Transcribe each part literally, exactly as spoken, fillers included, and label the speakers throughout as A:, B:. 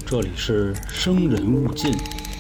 A: 这里是生人勿近。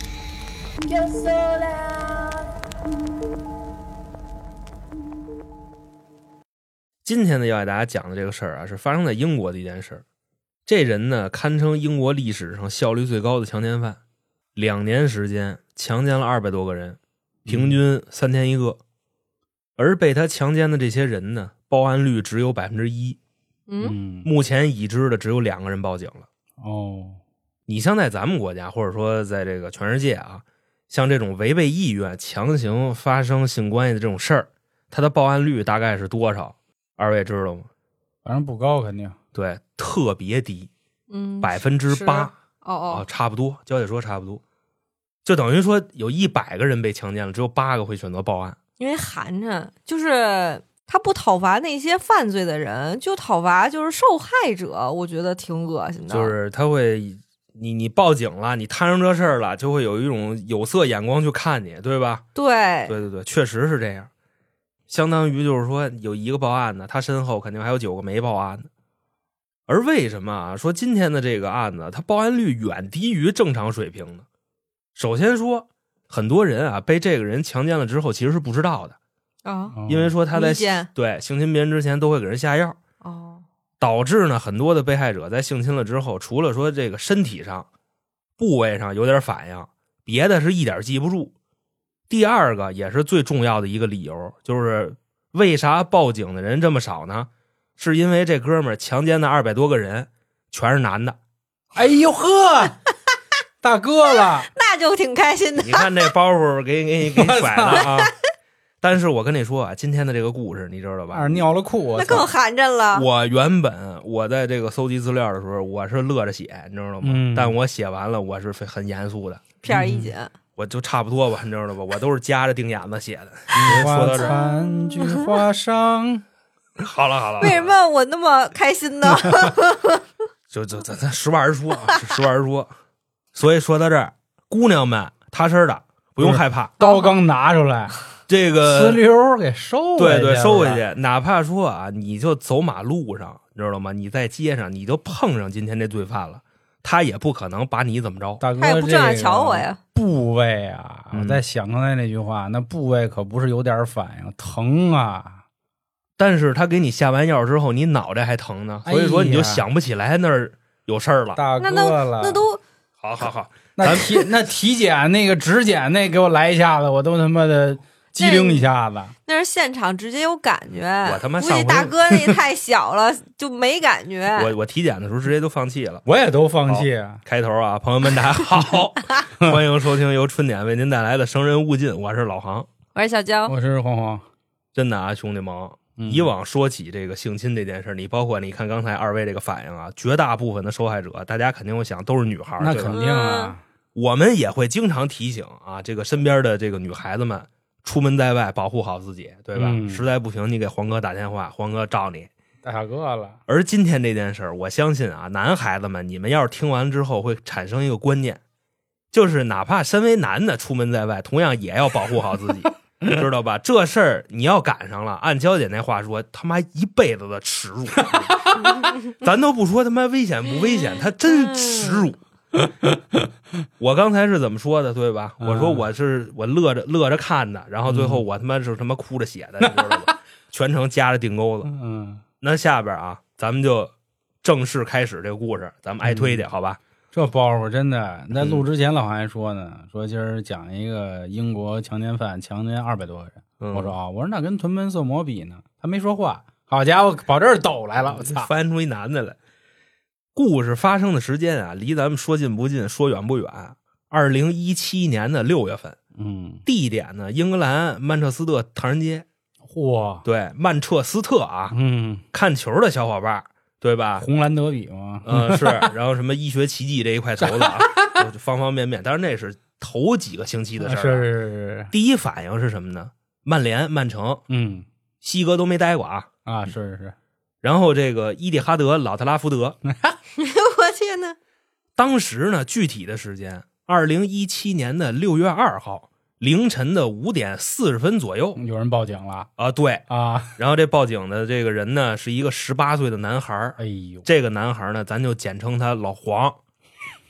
B: 今天呢，要给大家讲的这个事儿啊，是发生在英国的一件事儿。这人呢，堪称英国历史上效率最高的强奸犯，两年时间强奸了二百多个人，平均三天一个。而被他强奸的这些人呢，报案率只有百分之一。
C: 嗯，
B: 目前已知的只有两个人报警了。
C: 哦，
B: 你像在咱们国家，或者说在这个全世界啊，像这种违背意愿强行发生性关系的这种事儿，它的报案率大概是多少？二位知道吗？
C: 反正不高，肯定。
B: 对，特别低，
D: 嗯，
B: 百分之八。
D: 哦哦、
B: 啊，差不多，娇姐说差不多，就等于说有一百个人被强奸了，只有八个会选择报案。
D: 因为寒碜，就是他不讨伐那些犯罪的人，就讨伐就是受害者，我觉得挺恶心的。
B: 就是他会，你你报警了，你摊上这事儿了，就会有一种有色眼光去看你，对吧？
D: 对
B: 对对对，确实是这样。相当于就是说有一个报案的，他身后肯定还有九个没报案的。而为什么啊说今天的这个案子它报案率远低于正常水平呢？首先说很多人啊被这个人强奸了之后其实是不知道的
D: 啊，
B: 因为说他在
D: 哦
B: 对性侵别人之前都会给人下药，
D: 哦，
B: 导致呢很多的被害者在性侵了之后，除了说这个身体上部位上有点反应，别的是一点记不住。第二个也是最重要的一个理由，就是为啥报警的人这么少呢？是因为这哥们儿强奸的二百多个人全是男的。
C: 哎呦呵，大哥了，
D: 那就挺开心的。
B: 你看这包袱给给你给你甩了啊！但是我跟你说啊，今天的这个故事你知道吧？
C: 二尿了裤，
D: 那更寒碜了。
B: 我原本我在这个搜集资料的时候，我是乐着写，你知道吗？
C: 嗯、
B: 但我写完了，我是很严肃的，
D: 片儿一紧。嗯，
B: 我就差不多吧，你知道吧？我都是夹着腚眼子写的。
C: 说到这儿，菊花上。
B: 好了好了，
D: 为什么我那么开心呢？
B: 就就咱咱实话实说啊，实话实说。所以说到这儿，姑娘们踏实的，不用害怕。
C: 刀刚拿出来，
B: 这个
C: 呲溜给收回去。
B: 对对，收回去。哪怕说啊，你就走马路上，你知道吗？你在街上，你就碰上今天这罪犯了，他也不可能把你怎么着。
C: 大哥，
D: 他也不正眼瞧我呀。
C: 部位啊，
B: 嗯、
C: 我在想刚才那句话，那部位可不是有点反应，疼啊。
B: 但是他给你下完药之后，你脑袋还疼呢，所以说你就想不起来那儿有事儿了。
C: 大哥了，
D: 那都
B: 好好好，
C: 那体那体检那个指检那给我来一下子，我都他妈的机灵一下子。
D: 那是现场直接有感觉，
B: 我他妈
D: 估计大哥那也太小了，就没感觉。
B: 我我体检的时候直接都放弃了，
C: 我也都放弃。
B: 开头啊，朋友们大家好，欢迎收听由春点为您带来的《生人勿近》，我是老航，
D: 我是小娇，
C: 我是黄黄。
B: 真的啊，兄弟们。以往说起这个性侵这件事，你包括你看刚才二位这个反应啊，绝大部分的受害者，大家肯定会想都是女孩，
C: 那肯定啊。
B: 我们也会经常提醒啊，这个身边的这个女孩子们，出门在外保护好自己，对吧？嗯、实在不行，你给黄哥打电话，黄哥罩你。
C: 大哥了。
B: 而今天这件事，我相信啊，男孩子们，你们要是听完之后会产生一个观念，就是哪怕身为男的出门在外，同样也要保护好自己。知道吧？这事儿你要赶上了，按娇姐那话说，他妈一辈子的耻辱。咱都不说他妈危险不危险，他真耻辱。我刚才是怎么说的，对吧？我说我是我乐着乐着看的，然后最后我他妈是他妈哭着写的，你知道吧？全程夹着腚钩子。
C: 嗯，
B: 那下边啊，咱们就正式开始这个故事，咱们挨推去，好吧？
C: 这包袱真的，在录之前老黄还说呢，说今儿讲一个英国强奸犯强奸二百多个人。嗯、我说啊，我说那跟屯门色魔比呢？他没说话，好家伙，跑这儿抖来了，我操，
B: 翻出一男的来。故事发生的时间啊，离咱们说近不近，说远不远。二零一七年的六月份，
C: 嗯，
B: 地点呢，英格兰曼彻斯特唐人街。
C: 嚯，
B: 对，曼彻斯特啊，
C: 嗯，
B: 看球的小伙伴。对吧？
C: 红蓝德比吗？
B: 嗯，是。然后什么医学奇迹这一块头子啊，方方面面。当然那是头几个星期的事儿、啊。
C: 是是是。
B: 第一反应是什么呢？曼联、曼城，
C: 嗯，
B: 西哥都没待过啊。
C: 啊，是是是。
B: 然后这个伊蒂哈德、老特拉福德，
D: 我天哪！
B: 当时呢，具体的时间，二零一七年的六月二号。凌晨的五点四十分左右，
C: 有人报警了
B: 啊！对
C: 啊，
B: 然后这报警的这个人呢，是一个十八岁的男孩。
C: 哎呦，
B: 这个男孩呢，咱就简称他老黄。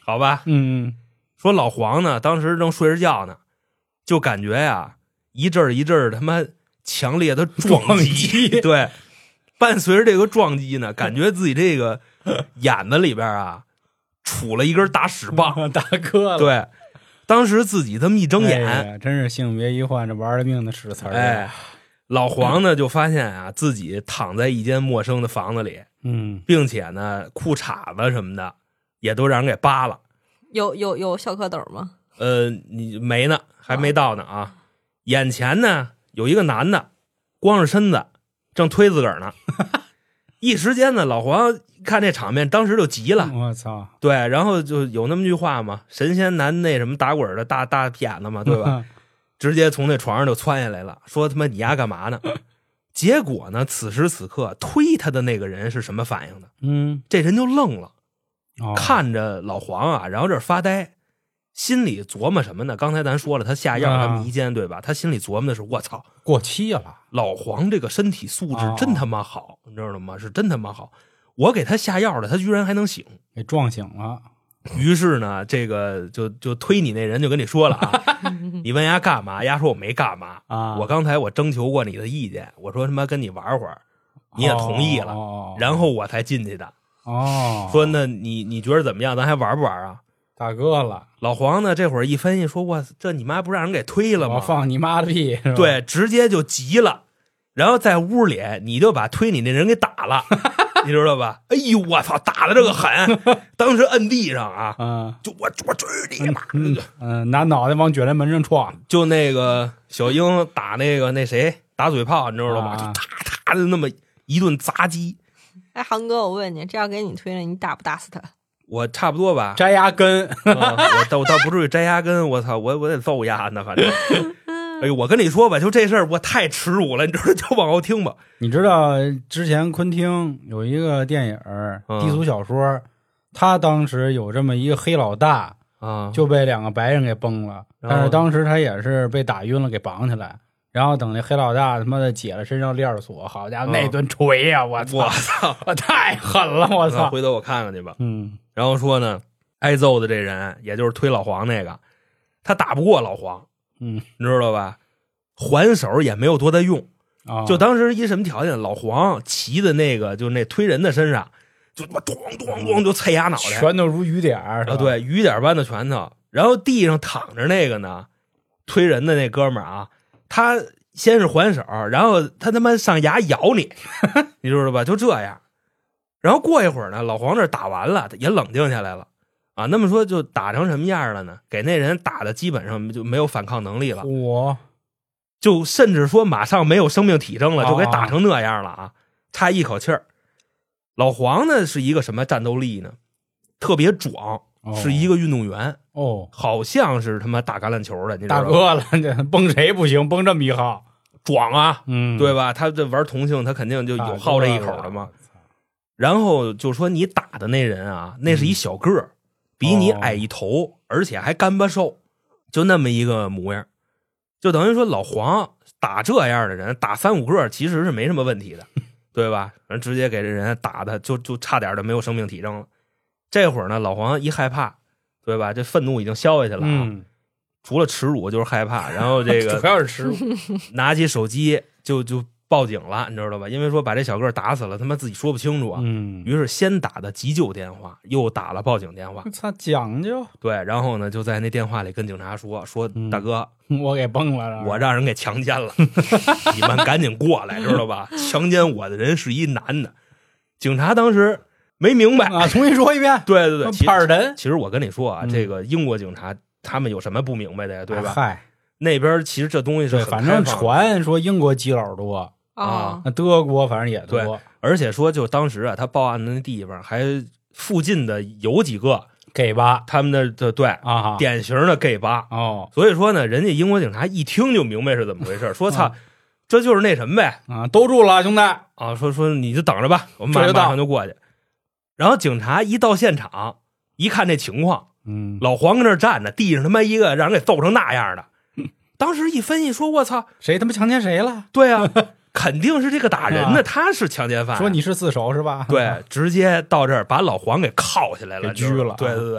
B: 好吧？
C: 嗯，
B: 说老黄呢，当时正睡着觉呢，就感觉呀，一阵儿一阵儿他妈强烈的撞击，
C: 撞击
B: 对，伴随着这个撞击呢，感觉自己这个眼子里边啊，杵了一根大屎棒，
C: 大哥了，
B: 对，当时自己这么一睁眼，
C: 哎呀真是性别一换，这玩了命的使词儿、啊。
B: 哎，老黄呢就发现啊，自己躺在一间陌生的房子里，
C: 嗯，
B: 并且呢，裤衩子什么的也都让人给扒了。
D: 有有有小蝌蚪吗？
B: 呃，你没呢，还没到呢啊！眼前呢有一个男的，光着身子正推自个儿呢。一时间呢，老黄看这场面，当时就急了。
C: 我操！
B: 对，然后就有那么句话嘛，神仙难那什么打滚的大大屁眼子嘛，对吧？直接从那床上就窜下来了，说他妈你丫干嘛呢？结果呢，此时此刻推他的那个人是什么反应呢？
C: 嗯，
B: 这人就愣了。
C: 哦、
B: 看着老黄啊，然后这儿发呆，心里琢磨什么呢？刚才咱说了，他下药，他迷奸，对吧？他心里琢磨的是：我操，
C: 过期了！
B: 老黄这个身体素质真他妈好，你知道吗？是真他妈好。我给他下药了，他居然还能醒，
C: 给撞醒了。
B: 于是呢，这个就就推你那人就跟你说了啊，你问丫干嘛？丫说我没干嘛
C: 啊，
B: 我刚才我征求过你的意见，我说他妈跟你玩会儿，你也同意了，
C: 哦、
B: 然后我才进去的。
C: 哦，
B: 说那你你觉得怎么样？咱还玩不玩啊？
C: 大哥了，
B: 老黄呢？这会儿一分析说：“我这你妈不让人给推了吗？
C: 我放你妈的屁！”
B: 对，直接就急了，然后在屋里你就把推你那人给打了，你知道吧？哎呦我操，打的这个狠！当时摁地上啊，
C: 嗯，
B: 就我我追你妈！
C: 嗯，嗯拿脑袋往卷帘门上撞，
B: 就那个小英打那个那谁打嘴炮，你知道吧？
C: 啊、
B: 就哒哒的那么一顿砸击。
D: 哎，航哥，我问你，这要给你推了，你打不打死他？
B: 我差不多吧，
C: 摘牙根，
B: 嗯、我倒我倒不至于摘牙根，我操，我我得揍牙呢，反正。哎呦，我跟你说吧，就这事儿我太耻辱了，你知道，就往后听吧。
C: 你知道之前昆汀有一个电影、嗯、低俗小说，他当时有这么一个黑老大
B: 啊，
C: 就被两个白人给崩了，但是当时他也是被打晕了，给绑起来。然后等那黑老大他妈的解了身上链锁，好家伙，那顿锤呀、啊！我操，
B: 我操，
C: 我太狠了！我操，
B: 回头我看看去吧。
C: 嗯，
B: 然后说呢，挨揍的这人，也就是推老黄那个，他打不过老黄，
C: 嗯，
B: 你知道吧？还手也没有多大用，
C: 哦、
B: 就当时一什么条件？老黄骑的那个，就那推人的身上，就他妈咚咚咚就啐牙脑袋，
C: 拳头如雨点儿
B: 啊，对，雨点般的拳头。然后地上躺着那个呢，推人的那哥们儿啊。他先是还手，然后他他妈上牙咬你，你知道吧？就这样。然后过一会儿呢，老黄这打完了，也冷静下来了啊。那么说就打成什么样了呢？给那人打的基本上就没有反抗能力了，
C: 我
B: 就甚至说马上没有生命体征了，就给打成那样了啊，差一口气儿。老黄呢是一个什么战斗力呢？特别壮，是一个运动员。
C: 哦，
B: 好像是他妈打橄榄球的，你知道
C: 大哥了，这崩谁不行？崩这么一号，
B: 壮啊，
C: 嗯，
B: 对吧？他这玩同性，他肯定就有好这一口的嘛。然后就说你打的那人啊，那是一小个儿、嗯，比你矮一头，哦、而且还干巴瘦，就那么一个模样，就等于说老黄打这样的人，打三五个其实是没什么问题的，对吧？人直接给这人打的就就差点的没有生命体征了。这会儿呢，老黄一害怕。对吧？这愤怒已经消下去了啊！
C: 嗯、
B: 除了耻辱就是害怕，然后这个
C: 主要是耻辱，
B: 拿起手机就就报警了，你知道吧？因为说把这小个打死了，他妈自己说不清楚啊。
C: 嗯，
B: 于是先打的急救电话，又打了报警电话。
C: 操，讲究。
B: 对，然后呢，就在那电话里跟警察说：“说、嗯、大哥，
C: 我给崩了，
B: 我让人给强奸了，你们赶紧过来，知道吧？强奸我的人是一男的。”警察当时。没明白
C: 啊！重新说一遍。
B: 对对对，
C: 帕尔登。
B: 其实我跟你说啊，
C: 嗯、
B: 这个英国警察他们有什么不明白的呀？对吧？
C: 嗨，
B: 那边其实这东西是很
C: 反正传说英国基佬多
B: 啊，
C: 那德国反正也多。
B: 对，而且说就当时啊，他报案的那地方还附近的有几个
C: gay 吧，
B: 他们的的对
C: 啊，
B: 典型的 gay 吧
C: 哦。
B: 所以说呢，人家英国警察一听就明白是怎么回事，说操。这就是那什么呗
C: 啊，兜住了兄弟
B: 啊！说说你就等着吧，我们马马上就过去。然后警察一到现场，一看这情况，
C: 嗯，
B: 老黄跟那站着，地上他妈一个让人给揍成那样的。当时一分析说：“我操，
C: 谁他妈强奸谁了？”
B: 对啊，肯定是这个打人的，他是强奸犯、啊。
C: 说你是自首是吧？
B: 对，直接到这儿把老黄给铐下来了，
C: 给拘了。
B: 对对对，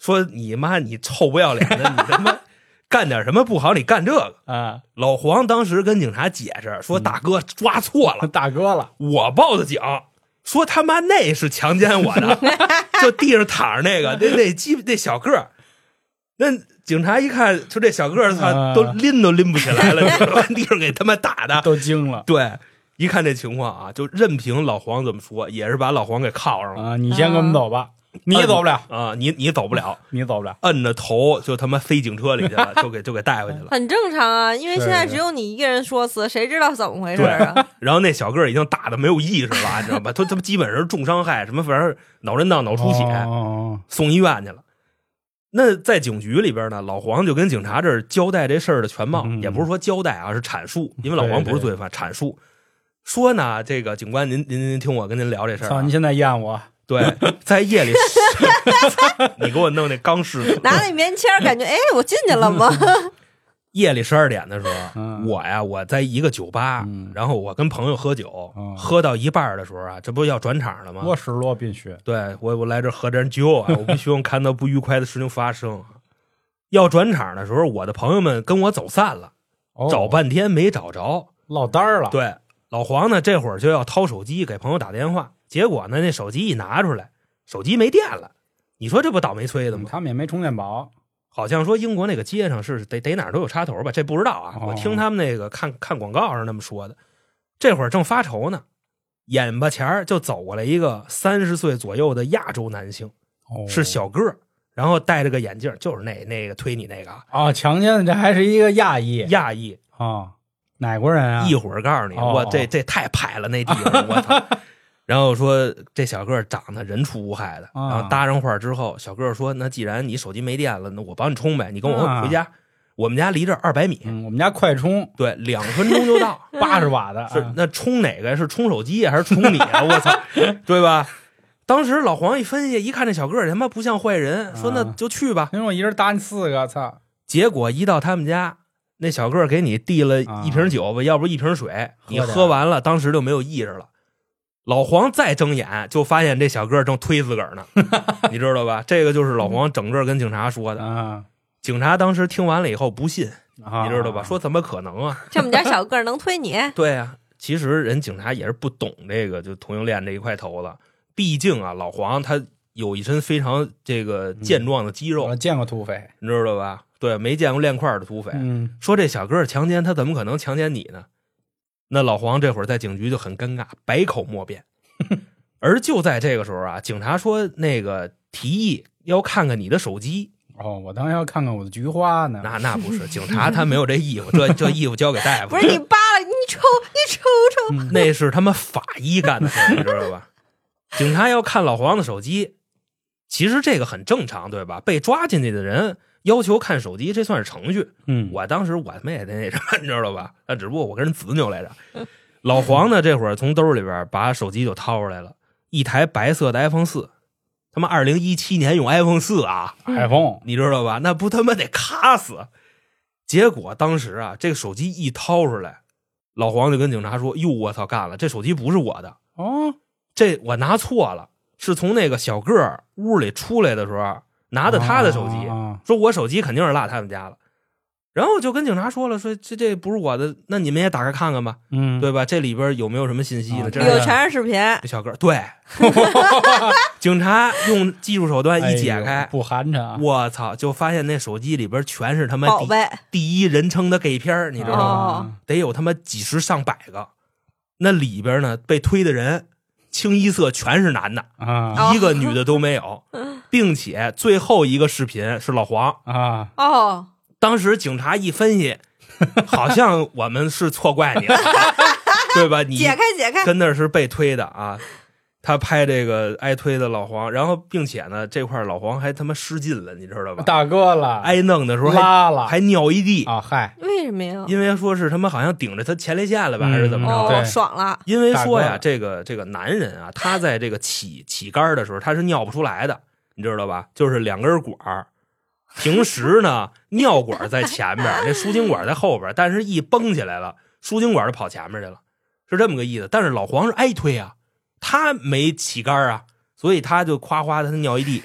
B: 说你妈你臭不要脸的，你他妈干点什么不好，你干这个
C: 啊！
B: 老黄当时跟警察解释说：“大哥抓错了，
C: 大哥了，
B: 我报的警。”说他妈那是强奸我的，就地上躺着那个那那鸡那小个儿，那警察一看，就这小个儿，他都拎都拎不起来了，地上给他妈打的
C: 都惊了。
B: 对，一看这情况啊，就任凭老黄怎么说，也是把老黄给铐上了
C: 啊！你先跟我们走吧，你走不了
B: 啊！你你走不了，
C: 你走不了，
B: 摁着头就他妈飞警车里去了，就给就给带回去了。
D: 很正常啊，因为现在只有你一个人说辞，谁知道怎么回事啊？
B: 然后那小个儿已经打的没有意识了，你知道吧？他他妈基本上是重伤害，什么反正脑震荡、脑出血，
C: 哦、
B: 送医院去了。那在警局里边呢，老黄就跟警察这儿交代这事儿的全貌，
C: 嗯、
B: 也不是说交代啊，是阐述，因为老黄不是罪犯，阐述说呢，这个警官您您您听我跟您聊这事儿、啊。
C: 您现在验我。
B: 对，在夜里，你给我弄那钢狮子，
D: 拿那棉签，感觉哎，我进去了吗？
B: 夜里十二点的时候，
C: 嗯、
B: 我呀，我在一个酒吧，
C: 嗯、
B: 然后我跟朋友喝酒，
C: 嗯、
B: 喝到一半的时候啊，这不要转场了吗？
C: 我失落并血，
B: 对我我来这喝点酒啊，我不希望看到不愉快的事情发生。要转场的时候，我的朋友们跟我走散了，
C: 哦、
B: 找半天没找着，
C: 落单了。
B: 对，老黄呢这会儿就要掏手机给朋友打电话，结果呢那手机一拿出来，手机没电了。你说这不倒霉催的吗？
C: 嗯、他们也没充电宝。
B: 好像说英国那个街上是得得哪儿都有插头吧，这不知道啊。
C: 哦、
B: 我听他们那个看看广告上那么说的。这会儿正发愁呢，眼巴前就走过来一个三十岁左右的亚洲男性，
C: 哦、
B: 是小个儿，然后戴着个眼镜，就是那那个推你那个啊。
C: 哦，强奸的这还是一个亚裔，
B: 亚裔
C: 啊、哦，哪国人啊？
B: 一会儿告诉你，
C: 哦、
B: 我这这太派了那地方，我操！然后说这小个儿长得人畜无害的，
C: 啊、
B: 然后搭上话之后，小个儿说：“那既然你手机没电了，那我帮你充呗，你跟我回家。啊”我们家离这二百米、
C: 嗯，我们家快充，
B: 对，两分钟就到，
C: 八十瓦的。
B: 是那充哪个？是充手机还是充你啊？我操，对吧？当时老黄一分析，一看这小个儿他妈不像坏人，说那就去吧。
C: 因为我一人打你四个，操！
B: 结果一到他们家，那小个儿给你递了一瓶酒吧，啊、要不一瓶水，你喝完了，当时就没有意识了。老黄再睁眼，就发现这小个儿正推自个儿呢，你知道吧？这个就是老黄整个跟警察说的。
C: 啊、
B: 警察当时听完了以后不信，
C: 啊、
B: 你知道吧？说怎么可能啊？
D: 这么点小个儿能推你？
B: 对啊，其实人警察也是不懂这个就同性恋这一块头子。毕竟啊，老黄他有一身非常这个健壮的肌肉，
C: 嗯、我见过土匪，
B: 你知道吧？对，没见过练块的土匪。
C: 嗯，
B: 说这小个儿强奸他，怎么可能强奸你呢？那老黄这会儿在警局就很尴尬，百口莫辩。而就在这个时候啊，警察说那个提议要看看你的手机。
C: 哦，我当然要看看我的菊花呢。
B: 那那不是，警察他没有这衣服，这这衣服交给大夫。
D: 不是你扒了，你抽，你抽抽。
C: 嗯、
B: 那是他妈法医干的事儿，你知道吧？警察要看老黄的手机，其实这个很正常，对吧？被抓进去的人要求看手机，这算是程序。
C: 嗯，
B: 我当时我他妈也得那什么，你知道吧？那只不过我跟人执拗来着。老黄呢，这会儿从兜里边把手机就掏出来了，一台白色的 iPhone 四，他妈二零一七年用 iPhone 四啊
C: ，iPhone
B: 你知道吧？那不他妈得卡死。结果当时啊，这个手机一掏出来，老黄就跟警察说：“哟，我操，干了！这手机不是我的
C: 哦，
B: 这我拿错了，是从那个小个儿屋里出来的时候拿的他的手机，
C: 啊、
B: 说我手机肯定是落他们家了。”然后就跟警察说了，说这这不是我的，那你们也打开看看吧，
C: 嗯，
B: 对吧？这里边有没有什么信息呢？
C: 啊、
B: 这
D: 里头全是视频。
B: 这小哥对，警察用技术手段一解开，
C: 哎、不寒碜、啊，
B: 我操，就发现那手机里边全是他妈
D: 宝贝
B: 第一人称的 gay 片，你知道吗？
D: 哦、
B: 得有他妈几十上百个，那里边呢被推的人清一色全是男的
C: 啊，
B: 一个女的都没有，并且最后一个视频是老黄
C: 啊，
D: 哦。
B: 当时警察一分析，好像我们是错怪你了，对吧？你
D: 解开解开，
B: 跟那是被推的啊。他拍这个挨推的老黄，然后并且呢，这块老黄还他妈失禁了，你知道吧？
C: 大哥了，
B: 挨弄的时候还
C: 拉了，
B: 还尿一地
C: 啊！嗨，
D: 为什么呀？
B: 因为说是他妈好像顶着他前列腺了吧，
C: 嗯、
B: 还是怎么着？
D: 哦，
C: 对
D: 爽了。
B: 因为说呀，这个这个男人啊，他在这个起起杆的时候，他是尿不出来的，你知道吧？就是两根管儿。平时呢，尿管在前边，那输精管在后边，但是一绷起来了，输精管就跑前面去了，是这么个意思。但是老黄是挨推啊，他没起杆啊，所以他就夸夸的他尿一地。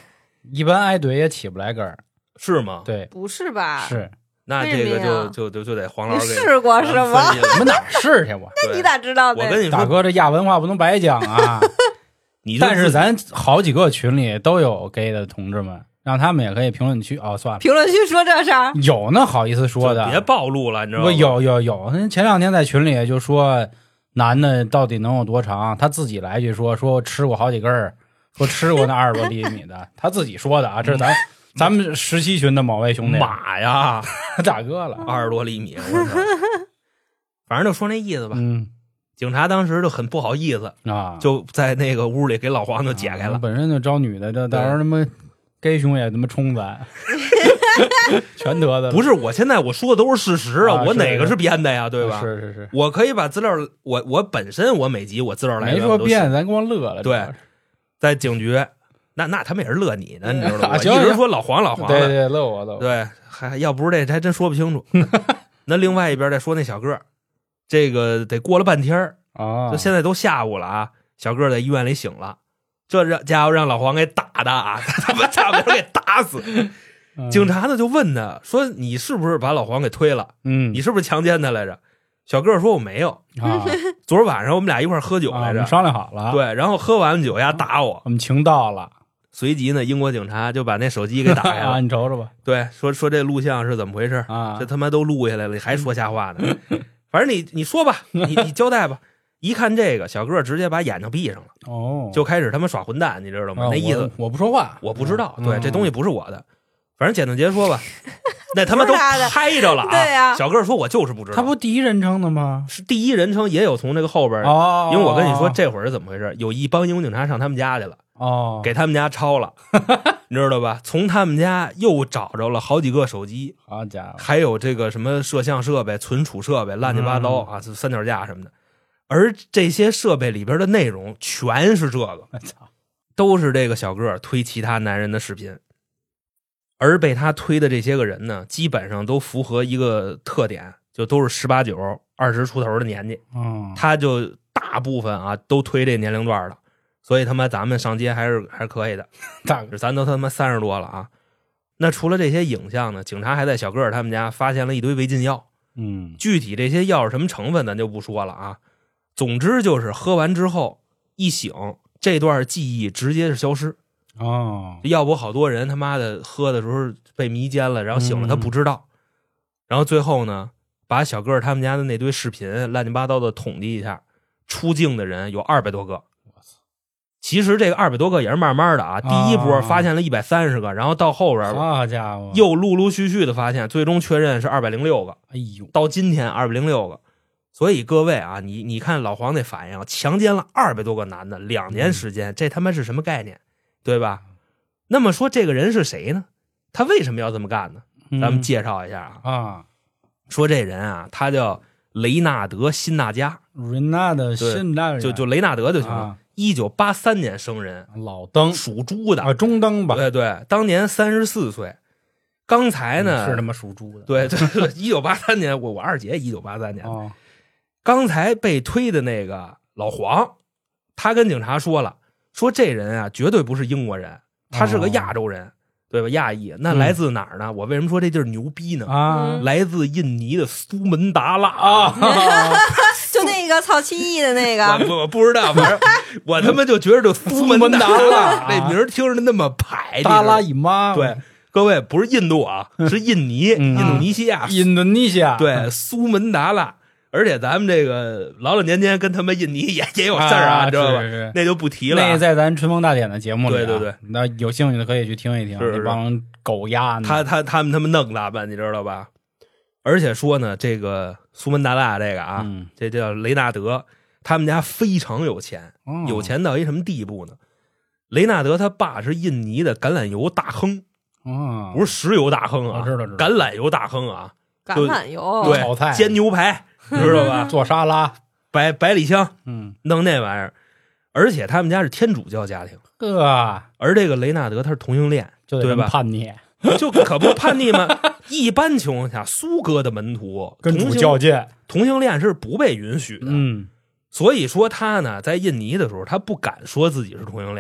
C: 一般挨怼也起不来根儿。
B: 是吗？
C: 对，
D: 不是吧？
C: 是。
B: 那这个
D: 为什么呀
B: 就就就就得黄老
D: 你
B: 师给
D: 试过是吗？
C: 我们哪儿试去我？
D: 那你咋知道的？
B: 我跟你说，
C: 大哥，这亚文化不能白讲啊！
B: 你就
C: 但是咱好几个群里都有 gay 的同志们，让他们也可以评论区哦，算了，
D: 评论区说这事儿，
C: 有那好意思说的，
B: 就别暴露了，你知道吗？
C: 不有有有，前两天在群里就说男的到底能有多长，他自己来一句说说我吃过好几根儿，说吃过那二十多厘米的，他自己说的啊，这是咱咱们十七群的某位兄弟
B: 马呀，
C: 大哥了，
B: 二十多厘米，我操！反正就说那意思吧。
C: 嗯
B: 警察当时就很不好意思，
C: 啊，
B: 就在那个屋里给老黄就解开了。
C: 啊本身就招女的，这到时候他妈 gay 兄也他妈冲咱，全得的。
B: 不是，我现在我说的都是事实啊，
C: 啊
B: 我哪个
C: 是
B: 是编的呀？对吧？
C: 是是是，
B: 我可以把资料，我我本身我每集我资料来源
C: 没说变，咱光乐了。
B: 对，在警局，那那他们也是乐你的，你知道吗？
C: 啊
B: 我一直说老黄老黄的，
C: 对对，乐我乐我。
B: 对，还要不是这还真说不清楚。那另外一边再说那小个儿，这个得过了半天儿，
C: 啊，
B: 就现在都下午了啊，小个儿在医院里醒了，这让家伙让老黄给打的啊，他妈差点给打死。
C: 嗯
B: 警察呢就问他说：“你是不是把老黄给推了？
C: 嗯，
B: 你是不是强奸他来着？”小个儿说：“我没有，
C: 啊，
B: 昨儿晚上我们俩一块儿喝酒来着，
C: 啊我们商量好了，，
B: 对，然后喝完了酒呀打我。
C: 我们情到了，
B: 随即呢，英国警察就把那手机给打开
C: 啊，
B: 了，
C: 你瞅瞅吧，
B: 对，说说这录像是怎么回事，
C: 啊
B: 这，他妈都录下来了，你还说瞎话呢？反正你你说吧，你你交代吧。一看这个，小个儿直接把眼睛闭上了，
C: 哦，
B: 就开始他妈耍混蛋，你知道吗？
C: 啊
B: 那意思
C: 我我不说话，
B: 我不知道，
C: 嗯
B: 对，这东西不是我的。反正简短截说吧，那他妈都
D: 不是他的
B: 拍着了啊！
D: 对呀
B: 小个儿说：“我就是不知道。”
C: 他不第一人称的吗？
B: 是第一人称，也有从这个后边，
C: 哦，
B: 因为我跟你说这会儿是怎么回事，有一帮英国警察上他们家去了，
C: 哦，
B: 给他们家抄了，你知道吧？从他们家又找着了好几个手机，
C: 好家伙，
B: 还有这个什么摄像设备、存储设备，乱七八糟啊，三脚架什么的。而这些设备里边的内容全是这个，
C: 我操，
B: 都是这个小个儿推其他男人的视频。而被他推的这些个人呢，基本上都符合一个特点，就都是十八九、二十出头的年纪。
C: 嗯，
B: 他就大部分啊都推这年龄段的，所以他妈咱们上街还是还是可以的。
C: 大哥，
B: 咱都他妈三十多了啊。那除了这些影像呢，警察还在小个儿他们家发现了一堆违禁药。
C: 嗯，
B: 具体这些药是什么成分，咱就不说了啊。总之就是喝完之后一醒，这段记忆直接是消失。
C: 哦，
B: 要不好多人他妈的喝的时候被迷奸了，然后醒了他不知道。然后最后呢，把小个儿他们家的那堆视频乱七八糟的统计一下，出境的人有二百多个。其实这个二百多个也是慢慢的啊，第一波发现了一百三十个，然后到后边
C: 好家伙，
B: 又陆陆续续的发现，最终确认是二百零六个。
C: 哎呦，
B: 到今天二百零六个。所以各位啊，你你看老黄那反应，强奸了二百多个男的，两年时间，这他妈是什么概念，对吧？那么说这个人是谁呢？他为什么要这么干呢？咱们介绍一下啊。
C: 啊，
B: 说这人啊，他叫雷纳德·辛纳加，
C: 瑞纳的辛纳
B: 就就雷纳德就行了
C: 啊。
B: 一九八三年生人，
C: 老登
B: 属猪的
C: 啊，中登吧，
B: 对对，当年三十四岁。刚才呢，
C: 是他妈属猪的，
B: 对对，一九八三年，我我二姐一九八三年。
C: 哦，
B: 刚才被推的那个老黄，他跟警察说了，说这人啊绝对不是英国人，他是个亚洲人，对吧？亚裔。那来自哪儿呢？我为什么说这地儿牛逼呢？
C: 啊
B: 来自印尼的苏门答腊
C: 啊，
D: 就那个曹七义的那
B: 我
D: 个，
B: 我不知道，反正我他妈就觉得这苏门答腊这名儿听着那么排，
C: 达拉姨妈，
B: 对，各位不是印度啊，是印尼，
C: 嗯
B: 印度尼西亚，
C: 印度尼西亚，
B: 对，苏门答腊。而且咱们这个老老年间跟他们印尼也也有事儿啊，
C: 啊
B: 知道吧？
C: 是是
B: 那就不提了啊。
C: 那在咱春风大典的节目里、啊，
B: 对对对，
C: 那有兴趣的可以去听一听，
B: 是是
C: 那帮狗鸭呢，
B: 他他他们他们弄咱们，你知道吧？而且说呢，这个苏门答腊这个啊，
C: 嗯
B: 这叫雷纳德，他们家非常有钱，
C: 哦
B: 有钱到一什么地步呢？雷纳德他爸是印尼的橄榄油大亨，
C: 哦，
B: 不是石油大亨啊，
C: 我知道知道
B: 橄榄油大亨啊，
D: 橄榄油，
B: 对，
C: 炒菜
B: 煎牛排，知道吧？
C: 做沙拉，
B: 百百里香
C: 嗯，
B: 弄那玩意儿，而且他们家是天主教家庭，
C: 呵，
B: 而这个雷纳德他是同性恋，
C: 就得这么
B: 对吧？
C: 叛逆，
B: 就可不叛逆吗？一般情况下，苏哥的门徒
C: 跟主
B: 同性
C: 较劲，
B: 同性恋是不被允许的。
C: 嗯，
B: 所以说他呢，在印尼的时候，他不敢说自己是同性恋，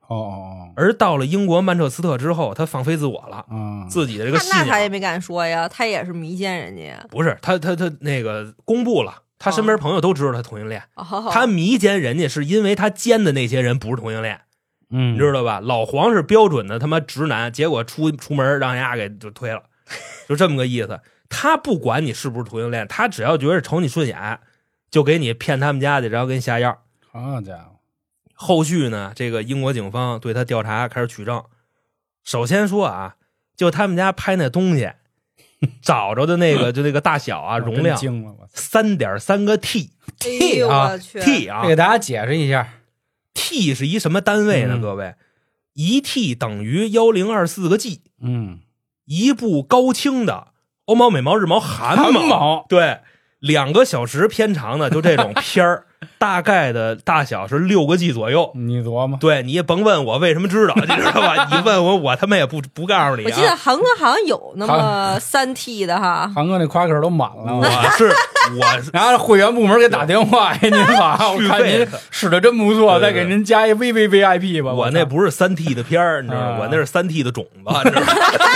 C: 哦哦，
B: 而到了英国曼彻斯特之后，他放飞自我了，
C: 嗯，
B: 自己的这个信
D: 那
B: 仰。
D: 那他也没敢说呀，他也是迷奸人家。
B: 不是他他他那个公布了，他身边朋友都知道他同性恋。
D: 哦、
B: 他迷奸人家是因为他奸的那些人不是同性恋，
C: 嗯，
B: 你知道吧？老黄是标准的他妈直男，结果出出门让人家给就推了，就这么个意思。他不管你是不是同性恋，他只要觉得瞅你顺眼，就给你骗他们家去，然后给你下药。
C: 好家伙！
B: 后续呢，这个英国警方对他调查，开始取证。首先说啊，就他们家拍那东西，找着的那个就那个大小啊，容量三点三个 T，
D: T
B: 啊
D: 我去
B: T 啊，
C: 这给大家解释一下
B: ，T 是一什么单位呢？
C: 嗯、
B: 各位，一 T 等于一零二四个 G，
C: 嗯，
B: 一部高清的欧毛、美毛、日毛、韩毛，
C: 韩毛
B: 对，两个小时偏长的，就这种片儿。大概的大小是六个 G 左右，
C: 你琢磨？
B: 对，你也甭问我为什么知道，你知道吧？你问我，我他妈也不不告诉你、啊。
D: 我记得韩哥好像有那么三 T 的哈，
C: 韩哥那夸克都满了。
B: 我是我是，
C: 然后会员部门给打电话，哎，您好，我看您使的真不错，再给您加一 V V V I P 吧。
B: 我那不是三 T 的片儿，你知道吗？我那是三 T 的种子，你知道吗？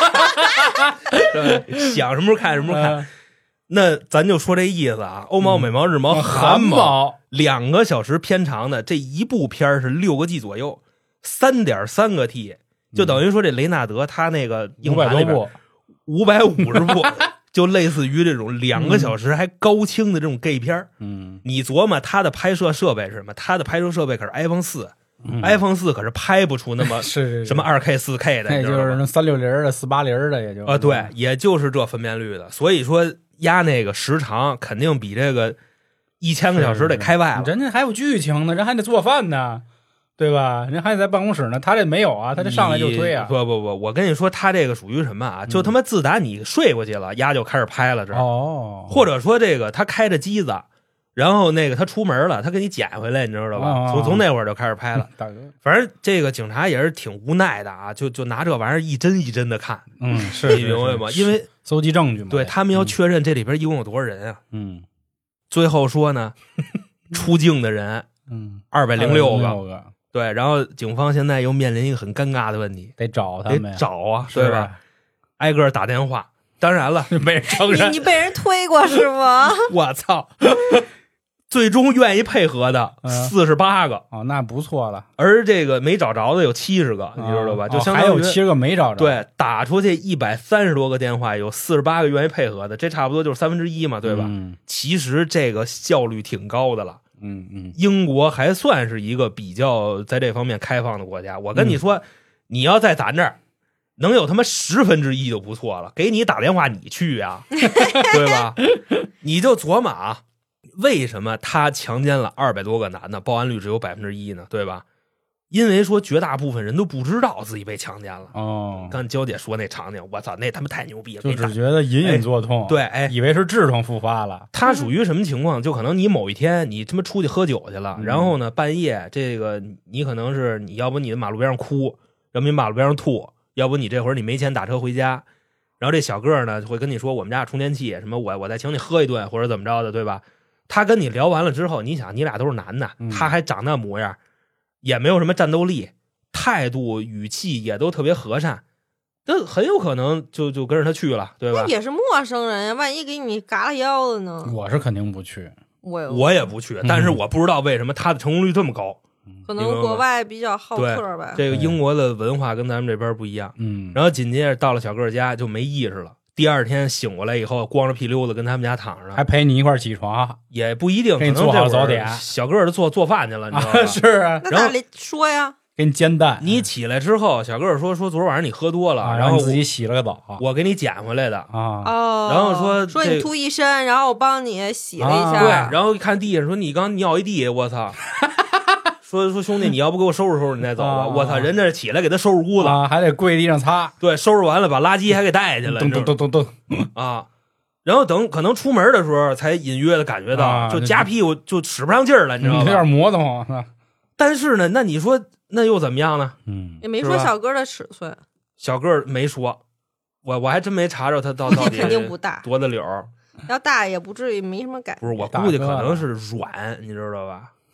B: 想什么时候看什么时候看。那咱就说这意思啊，欧毛、美毛、日毛、韩毛，两个小时偏长的这一部片是六个 G 左右，三点三个 T， 就等于说这雷纳德他那个硬盘里边五百五十部，就类似于这种两个小时还高清的这种 gay 片。
C: 嗯，
B: 你琢磨他的拍摄设备是什么？他的拍摄设备可是 iPhone 四、
C: 嗯、
B: ，iPhone 四可是拍不出那么
C: 是
B: 什么二 K 四 K 的，
C: 那就是那三六零的、四八零的，也就
B: 啊，对，也就是这分辨率的，所以说。压那个时长肯定比这个一千个小时得开外了，
C: 人家还有剧情呢，人还得做饭呢，对吧？人还得在办公室呢，他这没有啊，他这上来就推啊！
B: 不不不，我跟你说，他这个属于什么啊？就他妈自打你睡过去了，丫就开始拍了，这
C: 哦，
B: 或者说这个他开着机子，然后那个他出门了，他给你捡回来，你知道吧？
C: 哦、
B: 从从那会儿就开始拍了。
C: 大哥，
B: 反正这个警察也是挺无奈的啊，就就拿这玩意儿一帧一帧的看，
C: 嗯，是
B: 你明白吗？因为
C: 搜集证据嘛，
B: 对他们要确认这里边一共有多少人啊？
C: 嗯，
B: 最后说呢，出境的人，
C: 嗯，
B: 二百零六个，
C: 个，
B: 对，然后警方现在又面临一个很尴尬的问题，
C: 得找他们，
B: 得找啊，对吧？挨个打电话，当然了，
C: 没人承认，
D: 你你被人推过是吗？
B: 我操！最终愿意配合的四十八个、
C: 嗯、哦，那不错了。
B: 而这个没找着的有七十个、哦，你知道吧？就相当于、
C: 哦、还有七十个没找着。
B: 对，打出去一百三十多个电话，有四十八个愿意配合的，这差不多就是三分之一嘛，对吧？
C: 嗯、
B: 其实这个效率挺高的了。
C: 嗯嗯，
B: 英国还算是一个比较在这方面开放的国家。我跟你说，嗯、你要在咱这儿能有他妈十分之一就不错了，给你打电话你去呀、啊，对吧？你就琢磨啊。为什么他强奸了二百多个男的，报案率只有百分之一呢？对吧？因为说绝大部分人都不知道自己被强奸了。
C: 哦，
B: 刚娇姐说那场景，我操，那他妈太牛逼了，
C: 就只觉得隐隐作痛。
B: 哎、对，哎，
C: 以为是痔疮复发了。
B: 他属于什么情况？就可能你某一天你他妈出去喝酒去了，
C: 嗯、
B: 然后呢半夜这个你可能是你要不你在马路边上哭，要不你马路边上吐，要不你这会儿你没钱打车回家，然后这小个呢会跟你说我们家有充电器，什么我我再请你喝一顿或者怎么着的，对吧？他跟你聊完了之后，你想你俩都是男的，
C: 嗯、
B: 他还长那模样，也没有什么战斗力，态度语气也都特别和善，那很有可能就就跟着他去了，对吧？
D: 那也是陌生人呀，万一给你嘎了腰子呢？
C: 我是肯定不去，
D: 我
B: 我也不去，但是我不知道为什么他的成功率这么高。
D: 可能国外比较好客吧。
B: 这个英国的文化跟咱们这边不一样。
C: 嗯，
B: 然后紧接着到了小个家就没意识了。第二天醒过来以后，光着屁溜子跟他们家躺着，
C: 还陪你一块起床，
B: 也不一定。
C: 给你做好早点，
B: 小个儿做做饭去了，你知道吗？
C: 是啊，
D: 那咋得说呀？
C: 给你煎蛋。
B: 你起来之后，小个儿说说昨晚上你喝多了，
C: 啊、
B: 然后
C: 自己洗了个澡，
B: 我给你捡回来的
C: 啊。
D: 哦，
B: 然后说
D: 说你吐一身，然后我帮你洗了一下。
B: 啊、对，然后一看地上，说你刚尿一地，我操。说说兄弟，你要不给我收拾收拾，你再走吧。
C: 啊、
B: 我操，人家起来给他收拾屋子、
C: 啊，还得跪地上擦。
B: 对，收拾完了把垃圾还给带去了，
C: 咚咚咚咚咚
B: 啊。然后等可能出门的时候，才隐约的感觉到，
C: 啊、
B: 就夹屁股就使不上劲儿了，你知道吗？
C: 有点磨得慌。
B: 但是呢，那你说那又怎么样呢？
C: 嗯，
D: 也没说小个的尺寸，
B: 小个没说，我我还真没查着他到到底
D: 肯定不大，
B: 多大柳，
D: 要大也不至于没什么感觉。
B: 不是，我估计可能是软，你知道吧？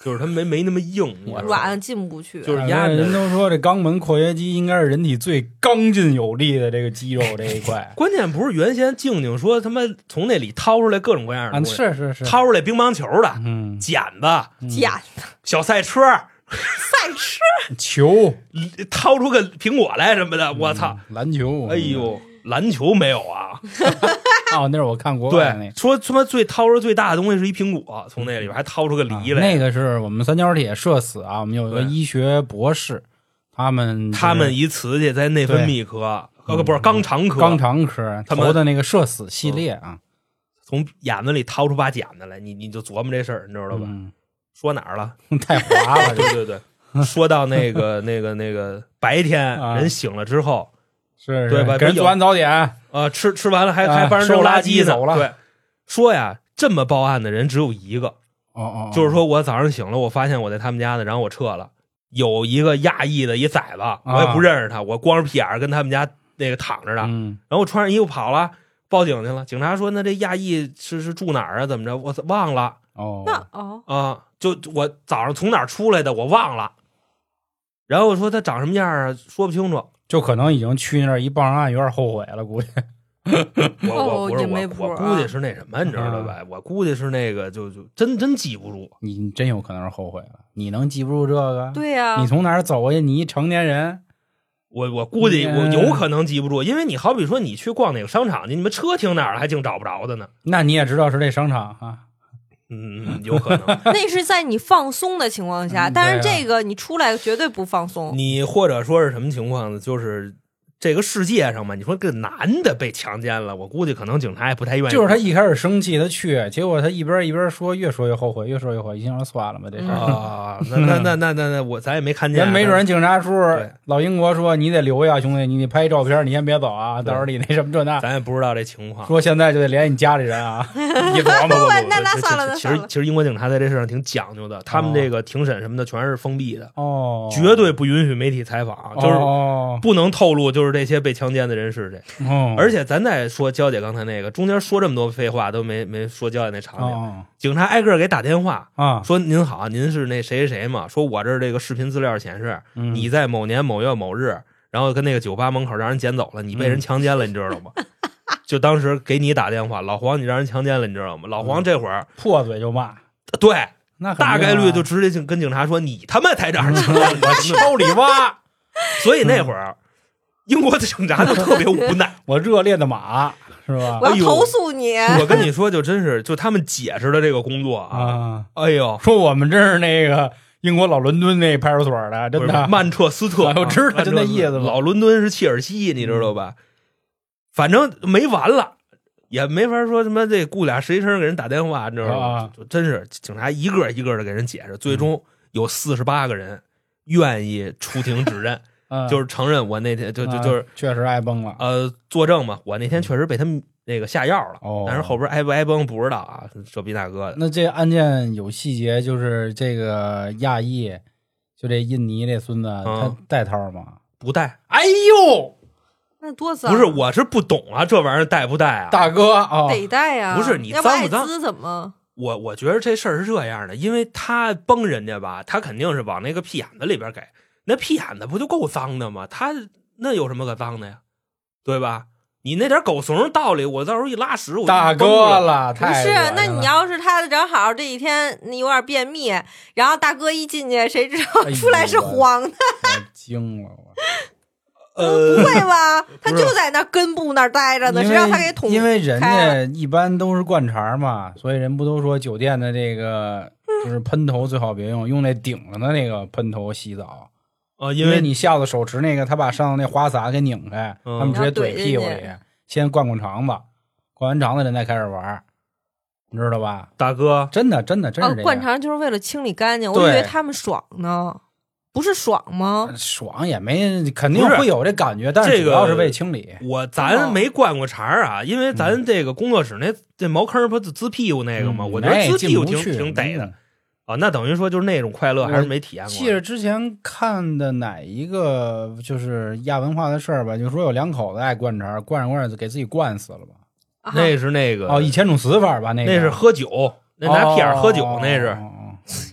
B: 就是它没没那么硬，
D: 软进不去。
B: 就是压
C: 人都说这肛门括约肌应该是人体最刚劲有力的这个肌肉这一块。
B: 关键不是原先静静说他妈从那里掏出来各种各样的东西，
C: 啊、是是是，
B: 掏出来乒乓球的、
C: 嗯、
B: 剪子、
D: 剪子、
B: 小赛车、
D: 赛车、
C: 球，
B: 掏出个苹果来什么的，我操、
C: 嗯！篮球，
B: 哎呦，篮球没有啊？
C: 哦，那是我看国外那
B: 对，说他妈最掏出最大的东西是一苹果，从那里边还掏出个梨来、
C: 啊。那个是我们三角铁社死啊，我们有一个医学博士，他们
B: 他们以瓷器在内分泌科，呃不是肛肠科，
C: 肛肠科投的那个社死系列啊，
B: 嗯、从眼子里掏出把剪子来，你你就琢磨这事儿，你知道吧？
C: 嗯、
B: 说哪儿了？
C: 太滑了，
B: 对对对，说到那个那个那个白天人醒了之后。
C: 是，
B: 对吧？
C: 给人做完早点，
B: 呃，吃吃完了还、啊、还帮人扔垃圾
C: 走了。
B: 对，说呀，这么报案的人只有一个，
C: 哦哦，
B: 就是说我早上醒了，我发现我在他们家呢，然后我撤了，有一个亚裔的一崽子，我也不认识他，我光着屁眼跟他们家那个躺着呢，
C: 嗯、
B: 然后我穿上衣服跑了，报警去了。警察说那这亚裔是是住哪儿啊？怎么着？我忘了。
C: 哦，
D: 那哦
B: 啊，就我早上从哪儿出来的，我忘了。然后我说他长什么样啊？说不清楚。
C: 就可能已经去那儿一报上案，有点后悔了，估计。
B: 我我不是我
D: 我
B: 我估计是那什么，你知道吧？我估计是那个就就真真记不住。
C: 你真有可能是后悔了，你能记不住这个？
D: 对呀、啊，
C: 你从哪儿走过去？你一成年人，
B: 我我估计我有可能记不住，因为你好比说你去逛哪个商场去，你们车停哪儿了，还净找不着的呢。
C: 那你也知道是这商场啊。
B: 嗯，有可能。
D: 那是在你放松的情况下，
C: 嗯、
D: 但是这个你出来绝对不放松。
B: 你或者说是什么情况呢？就是这个世界上嘛，你说这个男的被强奸了，我估计可能警察也不太愿意。
C: 就是他一开始生气，他去，结果他一边一边说，越说越后悔，越说越后悔，一心说算了吧，这事
B: 啊，那那那那那那我咱也没看见。
C: 人没准警察叔老英国说你得留呀，兄弟，你得拍照片，你先别走啊，到时候你那什么这那，
B: 咱也不知道这情况。
C: 说现在就得联系你家里人啊，
B: 一琢磨。
D: 那那算了，
B: 其实其实英国警察在这事上挺讲究的，他们这个庭审什么的全是封闭的，
C: 哦，
B: 绝对不允许媒体采访，就是不能透露，就是这些被强奸的人是谁。
C: 哦，
B: 而且咱再说娇姐刚才那个，中间说这么多废话都没没说娇姐那场景，
C: 哦、
B: 警察挨个给打电话
C: 啊，
B: 说您好，您是那谁谁谁嘛？说我这儿这个视频资料显示、嗯、你在某年某月某日，然后跟那个酒吧门口让人捡走了，你被人强奸了，嗯、你知道吗？就当时给你打电话，老黄你让人强奸了，你知道吗？老黄这会儿、
C: 嗯、破嘴就骂，
B: 对，
C: 那
B: 大概率就直接就跟警察说你他妈才这样强奸，
C: 我敲里挖。
B: 所以那会儿。英国的警察就特别无奈，
C: 我热烈的马是吧？
D: 我要投诉你！
B: 哎、我跟你说，就真是就他们解释的这个工作啊，
C: 啊
B: 哎呦，
C: 说我们这是那个英国老伦敦那派出所的，真的
B: 曼彻斯特，
C: 我知道就那意思。
B: 老伦敦是切尔西，你知道吧？嗯、反正没完了，也没法说什么这雇俩实习生给人打电话，你知道吗？
C: 啊、
B: 真是警察一个一个的给人解释，最终有四十八个人愿意出庭指认。
C: 嗯、
B: 就是承认我那天就就就是、
C: 嗯、确实挨崩了，
B: 呃，作证嘛，我那天确实被他们那个下药了，
C: 哦、
B: 但是后边挨不挨崩不知道啊，这逼大哥的。
C: 那这案件有细节，就是这个亚裔，就这印尼这孙子，嗯、他戴套吗？
B: 不戴。
C: 哎呦，
D: 那多脏！
B: 不是，我是不懂啊，这玩意儿戴不戴啊？
C: 大哥啊，哦、
D: 得戴呀、啊。
B: 不是你脏不脏？
D: 怎么？
B: 我我觉得这事儿是这样的，因为他崩人家吧，他肯定是往那个屁眼子里边给。那屁眼子不就够脏的吗？他那有什么可脏的呀？对吧？你那点狗怂道理，我到时候一拉屎，我
C: 大哥了，
D: 不是？那你要是他正好这一天你有点便秘，然后大哥一进去，谁知道出来是黄的？
C: 哎、我惊了我。
B: 呃，
D: 不会吧？他就在那根部那儿待着呢，谁让他给捅？
C: 因为人家一般都是灌肠嘛，所以人不都说酒店的这个就是喷头最好别用，用那顶上的那个喷头洗澡。
B: 啊、呃，
C: 因为你下子手持那个，他把上头那滑洒给拧开，嗯、他们直接怼屁股里，先灌灌肠子，灌完肠子人再开始玩，你知道吧？
B: 大哥，
C: 真的真的真是这样、
D: 哦、灌肠就是为了清理干净，我以为他们爽呢，不是爽吗？
C: 爽也没，肯定会有这感觉，但是主要是为清理。
B: 这个、我咱没灌过肠啊，因为咱这个工作室那、嗯、这茅坑不是滋屁股那个吗？
C: 嗯、
B: 我觉得滋屁股挺挺得的。啊，那等于说就是那种快乐还是没体验过。
C: 记得之前看的哪一个就是亚文化的事儿吧，就说有两口子爱灌肠，灌着灌着给自己灌死了吧？
B: 啊、那是那个
C: 哦，以前种死法吧？那个
B: 那是喝酒，那拿屁眼喝酒、
C: 哦、
B: 那是。
C: 哦、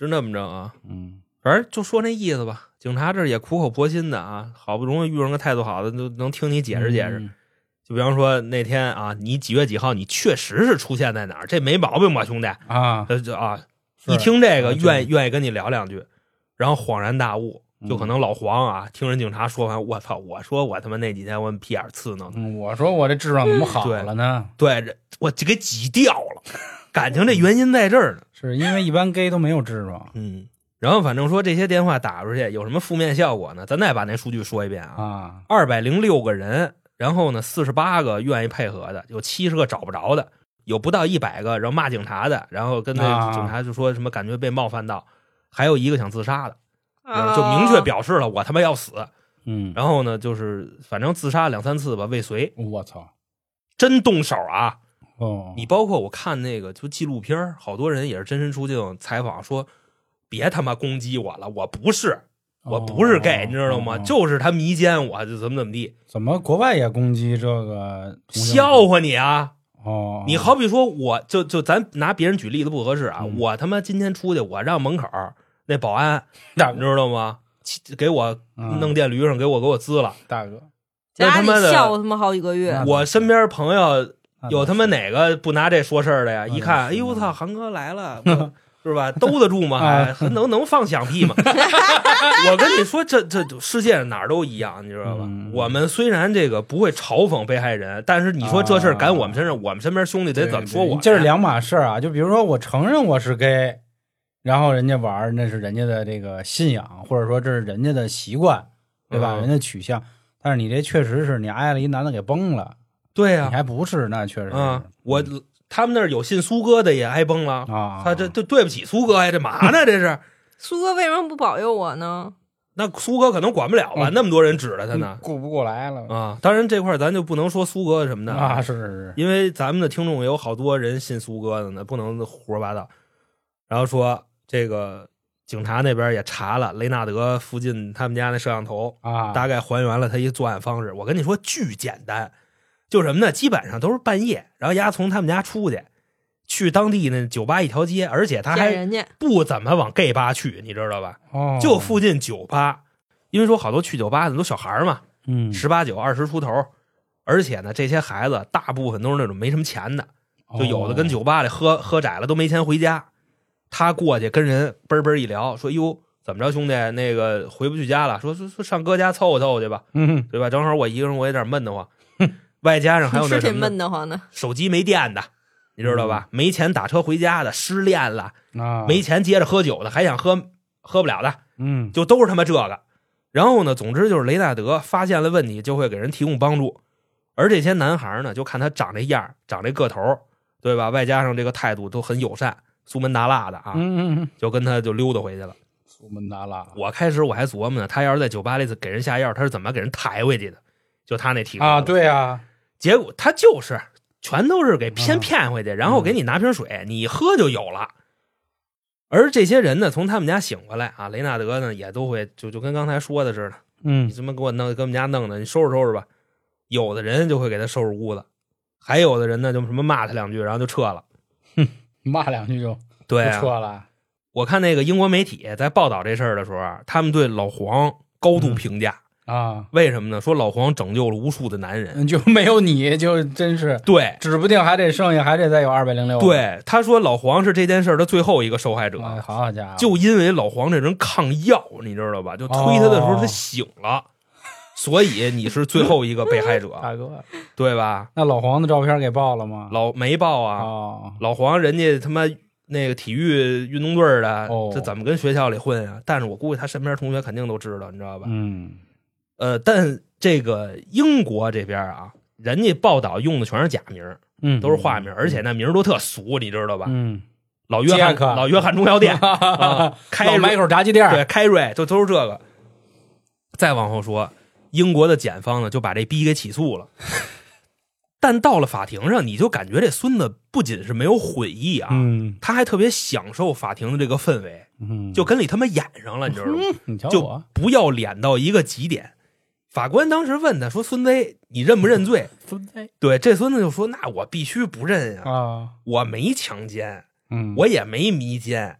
B: 是那么着啊。
C: 嗯，
B: 反正就说那意思吧。警察这也苦口婆心的啊，好不容易遇上个态度好的，都能听你解释解释。
C: 嗯、
B: 就比方说那天啊，你几月几号，你确实是出现在哪儿，这没毛病吧，兄弟
C: 啊？
B: 这就啊，一听这个，
C: 啊
B: 愿意愿意跟你聊两句，然后恍然大悟。就可能老黄啊，听人警察说完，我操！我说我他妈那几天我屁眼刺呢、
C: 嗯，我说我这智商怎么好了呢？
B: 对，对我就给挤掉了。感情这原因在这儿呢，
C: 是因为一般 gay 都没有痔疮。
B: 嗯，然后反正说这些电话打出去有什么负面效果呢？咱再把那数据说一遍啊，
C: 啊，
B: 二百零六个人，然后呢，四十八个愿意配合的，有七十个找不着的，有不到一百个然后骂警察的，然后跟那警察就说什么感觉被冒犯到，还有一个想自杀的。就明确表示了我他妈要死，
C: 嗯，
B: 然后呢，就是反正自杀两三次吧，未遂。
C: 我操，
B: 真动手啊！
C: 哦，
B: 你包括我看那个就纪录片，好多人也是真身出镜采访说，别他妈攻击我了，我不是，我不是 gay，、哦、你知道吗？哦、就是他迷奸我，就怎么怎么地。
C: 怎么国外也攻击这个？
B: 笑话你啊！
C: 哦，
B: 你好比说我，我就就咱拿别人举例子不合适啊，
C: 嗯、
B: 我他妈今天出去，我让门口。那保安，你知道吗？给我弄电驴上，给我给我滋了，
C: 大哥，
B: 那他妈的
D: 笑他妈好几个月。
B: 我身边朋友有他妈哪个不拿这说事儿的呀？一看，哎呦我操，韩哥来了，是吧？兜得住吗？还还能能放响屁吗？我跟你说，这这世界上哪儿都一样，你知道吧？
C: 嗯、
B: 我们虽然这个不会嘲讽被害人，但是你说这事儿赶我们身上，啊、我们身边兄弟得怎么说我？
C: 这是两码事啊！就比如说，我承认我是 gay。然后人家玩那是人家的这个信仰，或者说这是人家的习惯，对吧？嗯、人家取向，但是你这确实是你挨了一男的给崩了，
B: 对呀、啊，
C: 你还不是那确实是。
B: 啊、我他们那儿有信苏哥的也挨崩了
C: 啊，
B: 他这这对不起苏哥呀，这嘛呢？这是
D: 苏哥为什么不保佑我呢？
B: 那苏哥可能管不了吧，嗯、那么多人指着他呢，
C: 顾不过来了
B: 啊。当然这块咱就不能说苏哥什么的
C: 啊，是是是，
B: 因为咱们的听众也有好多人信苏哥的呢，不能胡说八道。然后说这个。警察那边也查了雷纳德附近他们家那摄像头
C: 啊，
B: 大概还原了他一作案方式。我跟你说巨简单，就什么呢？基本上都是半夜，然后丫从他们家出去，去当地那酒吧一条街，而且他还不怎么往 gay 吧去，你知道吧？
C: 哦，
B: 就附近酒吧，因为说好多去酒吧的都小孩嘛，
C: 嗯，
B: 十八九、二十出头，而且呢，这些孩子大部分都是那种没什么钱的，就有的跟酒吧里喝、哦、喝窄了都没钱回家。他过去跟人嘣嘣一聊，说：“哟，怎么着，兄弟？那个回不去家了？说说说上哥家凑合凑合去吧，
C: 嗯，
B: 对吧？正好我一个人，我有点闷得慌，外加上还有那什么，
D: 是挺闷得慌的，
B: 手机没电的，你知道吧？嗯、没钱打车回家的，失恋了，
C: 啊，
B: 没钱接着喝酒的，还想喝喝不了的，
C: 嗯，
B: 就都是他妈这个。然后呢，总之就是雷纳德发现了问题，就会给人提供帮助。而这些男孩呢，就看他长这样，长这个头，对吧？外加上这个态度都很友善。”苏门答腊的啊，
C: 嗯嗯，
B: 就跟他就溜达回去了。
C: 苏门答腊，
B: 我开始我还琢磨呢，他要是在酒吧里给人下药，他是怎么给人抬回去的？就他那体格
C: 啊，对啊，
B: 结果他就是全都是给骗骗回去，啊、然后给你拿瓶水，嗯、你喝就有了。而这些人呢，从他们家醒过来啊，雷纳德呢也都会就就跟刚才说的似的，
C: 嗯，
B: 你怎么给我弄跟我们家弄的？你收拾收拾吧。有的人就会给他收拾屋子，还有的人呢就什么骂他两句，然后就撤了。
C: 哼。骂两句就
B: 对、
C: 啊、撤了。
B: 我看那个英国媒体在报道这事儿的时候，他们对老黄高度评价、
C: 嗯、啊，
B: 为什么呢？说老黄拯救了无数的男人，
C: 就没有你就真是
B: 对，
C: 指不定还得剩下还得再有二百零六。
B: 对，他说老黄是这件事的最后一个受害者。
C: 哎、好家伙，
B: 就因为老黄这人抗药，你知道吧？就推他的时候他醒了。哦，所以你是最后一个被害者，
C: 大哥，
B: 对吧？
C: 那老黄的照片给报了吗？
B: 老没报啊。
C: 哦，
B: 老黄人家他妈那个体育运动队的，
C: 哦，
B: 这怎么跟学校里混啊？但是我估计他身边同学肯定都知道，你知道吧？
C: 嗯，
B: 呃，但这个英国这边啊，人家报道用的全是假名，
C: 嗯，
B: 都是化名，而且那名都特俗，你知道吧？
C: 嗯，
B: 老约翰，老约翰中药店，啊、开
C: 老买口炸鸡店，
B: 对，开瑞，就都是这个。再往后说。英国的检方呢就把这逼给起诉了，但到了法庭上，你就感觉这孙子不仅是没有悔意啊，
C: 嗯，
B: 他还特别享受法庭的这个氛围，
C: 嗯，
B: 就跟里他妈演上了，你知道吗？
C: 嗯、你瞧我
B: 就不要脸到一个极点。法官当时问他说：“孙子，你认不认罪？”
C: 孙子，
B: 对，这孙子就说：“那我必须不认呀、
C: 啊，
B: 我没强奸，
C: 嗯，
B: 我也没迷奸。”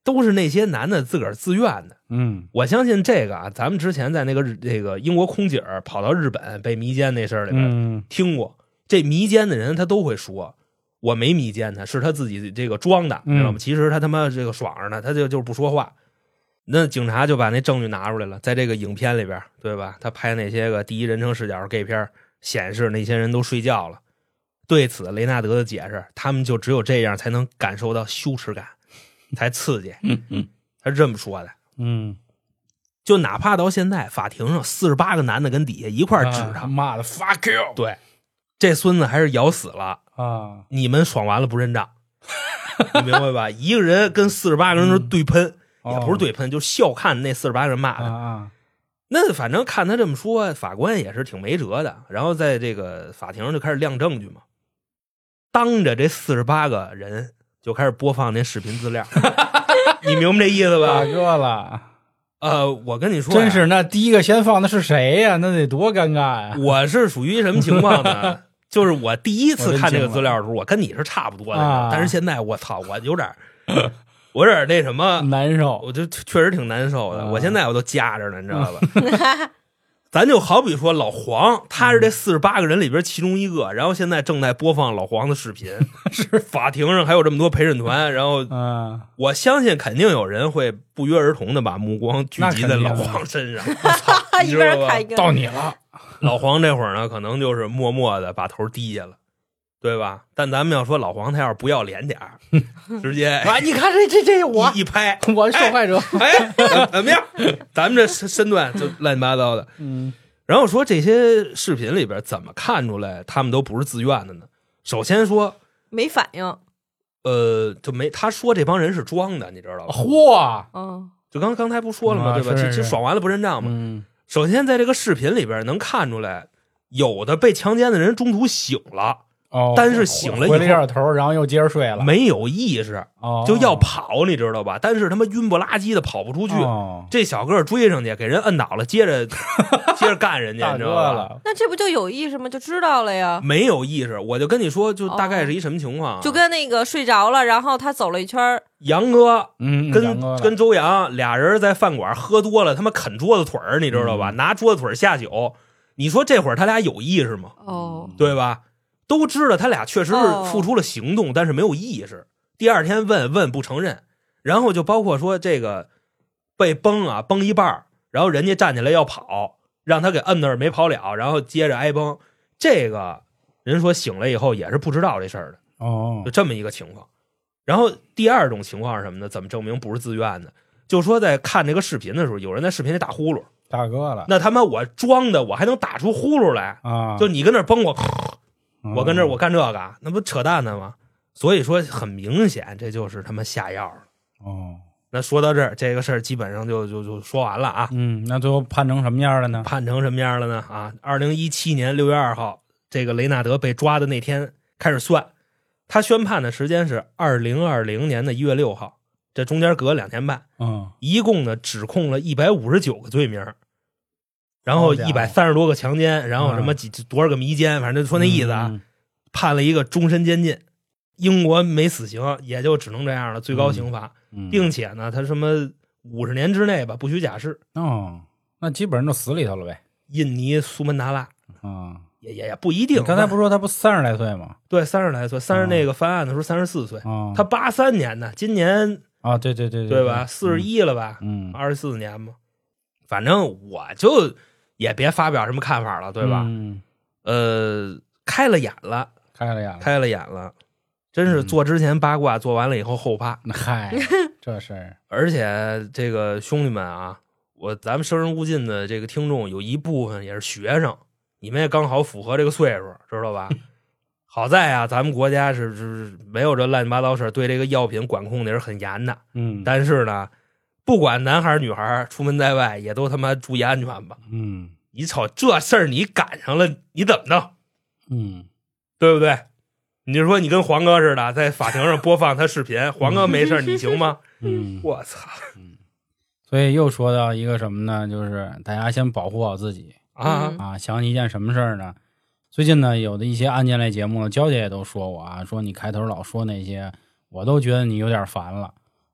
B: 都是那些男的自个儿自愿的。
C: 嗯，
B: 我相信这个啊，咱们之前在那个这个英国空姐跑到日本被迷奸那事儿里边、
C: 嗯、
B: 听过，这迷奸的人他都会说，我没迷奸他，是他自己这个装的，
C: 嗯、
B: 知道吗？其实他他妈这个爽着呢，他就就是不说话。那警察就把那证据拿出来了，在这个影片里边，对吧？他拍那些个第一人称视角 gay 片，显示那些人都睡觉了。对此，雷纳德的解释，他们就只有这样才能感受到羞耻感，才刺激。
C: 嗯嗯，
B: 他是这么说的。
C: 嗯，
B: 就哪怕到现在，法庭上四十八个男的跟底下一块指他，
C: 妈的 fuck you，
B: 对，这孙子还是咬死了
C: 啊！
B: 你们爽完了不认账，你明白吧？一个人跟四十八个人是对喷，
C: 嗯、
B: 也不是对喷，就笑看那四十八个人骂的。
C: 啊
B: 那反正看他这么说，法官也是挺没辙的。然后在这个法庭上就开始亮证据嘛，当着这四十八个人就开始播放那视频资料。你明白这意思吧？
C: 大哥了，
B: 呃，我跟你说，
C: 真是那第一个先放的是谁呀？那得多尴尬呀！
B: 我是属于什么情况呢？就是我第一次看这个资料的时候，我跟你是差不多的，
C: 啊、
B: 但是现在我操，我有点，我有点那什么
C: 难受，
B: 我就确实挺难受的。
C: 啊、
B: 我现在我都夹着呢，你知道吧？咱就好比说老黄，他是这四十八个人里边其中一个，然后现在正在播放老黄的视频，是法庭上还有这么多陪审团，然后
C: 嗯，
B: 我相信肯定有人会不约而同的把目光聚集在老黄身上。
D: 一个人看一个，
C: 到你了。
B: 老黄这会儿呢，可能就是默默的把头低下了，对吧？但咱们要说老黄他要是不要脸点儿，直接
C: 啊，你看这这这我
B: 一拍，
C: 我受害者，
B: 哎，哎怎么样？咱们这身段就乱七八糟的。
C: 嗯，
B: 然后说这些视频里边怎么看出来他们都不是自愿的呢？首先说
D: 没反应，
B: 呃，就没他说这帮人是装的，你知道吧？
C: 嚯，
D: 嗯，
B: 就刚刚才不说了吗？
C: 啊、
B: 对吧？其实爽完了不认账嘛。
C: 嗯，
B: 首先在这个视频里边能看出来，有的被强奸的人中途醒了。
C: 哦，
B: 但是醒了以后
C: 回了一下头，然后又接着睡了，
B: 没有意识，
C: 哦，
B: 就要跑，你知道吧？但是他妈晕不拉几的跑不出去，
C: 哦、
B: 这小个追上去给人摁倒了，接着接着干人家，你知道吧？
D: 那这不就有意识吗？就知道了呀。
B: 没有意识，我就跟你说，就大概是一什么情况、啊
D: 哦？就跟那个睡着了，然后他走了一圈，
B: 杨哥，
C: 嗯，
B: 跟跟周洋俩人在饭馆喝多了，他妈啃桌子腿儿，你知道吧？
C: 嗯、
B: 拿桌子腿下酒，你说这会儿他俩有意识吗？
D: 哦，
B: 对吧？都知道他俩确实是付出了行动，哦、但是没有意识。第二天问问不承认，然后就包括说这个被崩啊崩一半，然后人家站起来要跑，让他给摁那儿没跑了，然后接着挨崩。这个人说醒了以后也是不知道这事儿的，
C: 哦，
B: 就这么一个情况。然后第二种情况是什么呢？怎么证明不是自愿的？就说在看这个视频的时候，有人在视频里打呼噜，
C: 大哥了，
B: 那他妈我装的，我还能打出呼噜来
C: 啊？
B: 就你跟那儿崩我。我跟这儿我干这个，那不扯淡的吗？所以说很明显，这就是他妈下药了。
C: 哦，
B: 那说到这儿，这个事儿基本上就就就说完了啊。
C: 嗯，那最后判成什么样了呢？
B: 判成什么样了呢？啊，二零一七年六月二号，这个雷纳德被抓的那天开始算，他宣判的时间是二零二零年的一月六号，这中间隔两天半。
C: 嗯，
B: 一共呢指控了一百五十九个罪名。然后一百三十多个强奸，然后什么几多少个迷奸，反正就说那意思啊，
C: 嗯、
B: 判了一个终身监禁。英国没死刑，也就只能这样了，最高刑罚，
C: 嗯嗯、
B: 并且呢，他什么五十年之内吧，不许假释。
C: 哦，那基本上就死里头了呗。
B: 印尼苏门答腊，
C: 啊、嗯，
B: 也也也不一定。
C: 你刚才不是说他不三十来岁吗？
B: 对，三十来岁，三十那个翻案的时候三十四岁，
C: 哦、
B: 他八三年的，今年
C: 啊，对对对
B: 对吧？四十一了吧？
C: 嗯，
B: 二十四年嘛。反正我就。也别发表什么看法了，对吧？
C: 嗯、
B: 呃，开了眼了，
C: 开了眼了，
B: 开了眼了，真是做之前八卦，做完了以后后怕。
C: 嗨，这事儿。
B: 而且这个兄弟们啊，我咱们生人勿近的这个听众有一部分也是学生，你们也刚好符合这个岁数，知道吧？好在啊，咱们国家是是没有这乱七八糟事，对这个药品管控的是很严的。
C: 嗯，
B: 但是呢。不管男孩女孩出门在外，也都他妈注意安全吧。
C: 嗯，
B: 你瞅这事儿，你赶上了，你怎么弄？
C: 嗯，
B: 对不对？你就说你跟黄哥似的，在法庭上播放他视频，黄哥没事，你行吗？
C: 嗯，
B: 我操！
C: 嗯，所以又说到一个什么呢？就是大家先保护好自己
B: 啊
C: 啊！想起一件什么事儿呢？最近呢，有的一些案件类节目，娇姐也都说我啊，说你开头老说那些，我都觉得你有点烦了。